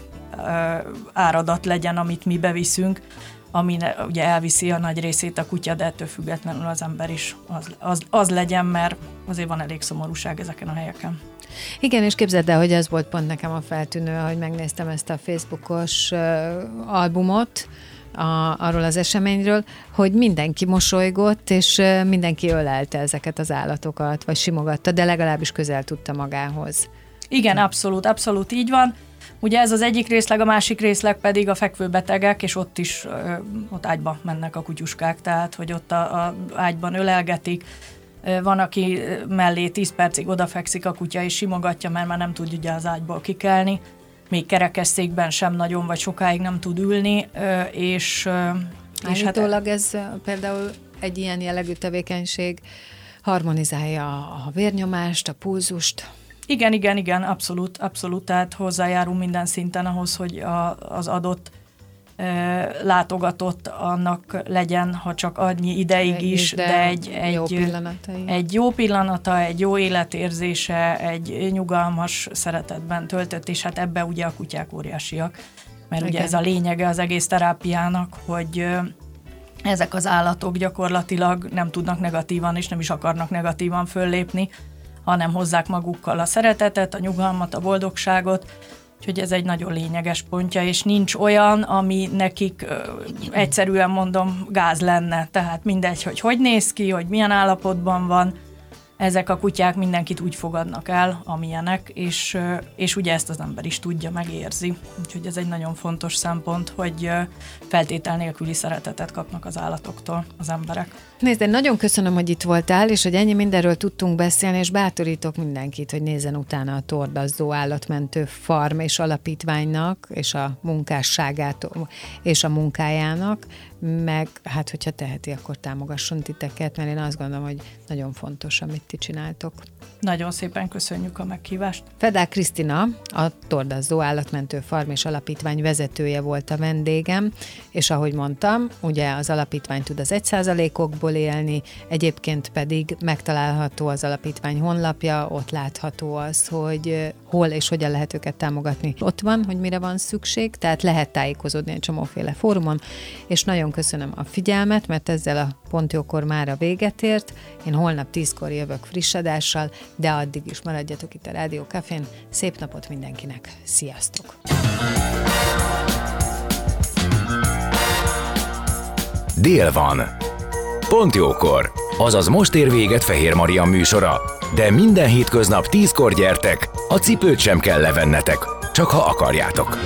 áradat legyen, amit mi beviszünk, ami ugye elviszi a nagy részét a kutya, de ettől függetlenül az ember is az legyen, mert azért van elég szomorúság ezeken a helyeken. Igen, és képzeld el, hogy ez volt pont nekem a feltűnő, hogy megnéztem ezt a Facebookos albumot, arról az eseményről, hogy mindenki mosolygott, és mindenki ölelte ezeket az állatokat, vagy simogatta, de legalábbis közel tudta magához. Igen, abszolút így van. Ugye ez az egyik részleg, a másik részleg pedig a fekvőbetegek, és ott is ott ágyba mennek a kutyuskák, tehát hogy ott a ágyban ölelgetik. Van, aki mellé 10 percig odafekszik a kutya, és simogatja, mert már nem tud ugye az ágyból kikelni. Még kerekesszékben sem nagyon, vagy sokáig nem tud ülni, és állítólag ez például egy ilyen jellegű tevékenység harmonizálja a vérnyomást, a pulzust. Igen, abszolút, tehát hozzájárul minden szinten ahhoz, hogy az adott látogatott annak legyen, ha csak annyi ideig is, de egy jó pillanata, egy jó életérzése, egy nyugalmas szeretetben töltött, és hát ebbe ugye a kutyák óriásiak, mert ugye ez a lényege az egész terápiának, hogy ezek az állatok gyakorlatilag nem tudnak negatívan, és nem is akarnak negatívan föllépni, hanem hozzák magukkal a szeretetet, a nyugalmat, a boldogságot, úgyhogy ez egy nagyon lényeges pontja, és nincs olyan, ami nekik egyszerűen mondom gáz lenne, tehát mindegy, hogy néz ki, hogy milyen állapotban van, ezek a kutyák mindenkit úgy fogadnak el, amilyenek, és ugye ezt az ember is tudja, megérzi. Úgyhogy ez egy nagyon fontos szempont, hogy feltétel nélküli szeretetet kapnak az állatoktól az emberek. Nézd, én nagyon köszönöm, hogy itt voltál, és hogy ennyi mindenről tudtunk beszélni, és bátorítok mindenkit, hogy nézzen utána a Tordazzó Állatmentő Farm és Alapítványnak, és a munkásságát, és a munkájának, meg hát, hogyha teheti, akkor támogasson titeket, mert én azt gondolom, hogy nagyon fontos, amit ti csináltok. Nagyon szépen köszönjük a meghívást. Fedák Krisztina, a Tordazzó Állatmentő Farm és Alapítvány vezetője volt a vendégem, és ahogy mondtam, ugye az alapítvány tud az 1%-okból élni, egyébként pedig megtalálható az alapítvány honlapja, ott látható az, hogy hol és hogyan lehet őket támogatni. Ott van, hogy mire van szükség, tehát lehet tájékozódni egy csomóféle fórumon, és nagyon nagyon köszönöm a figyelmet, mert ezzel a Pont Jókor már a véget ért. Én holnap 10-kor jövök friss adással, de addig is maradjatok itt a Rádió Cafén. Szép napot mindenkinek. Sziasztok! Dél van. Pont Jókor. Azaz most ér véget Fehér Maria műsora. De minden hétköznap 10-kor gyertek, a cipőt sem kell levennetek, csak ha akarjátok.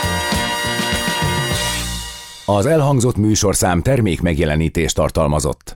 Az elhangzott műsorszám termék megjelenítést tartalmazott.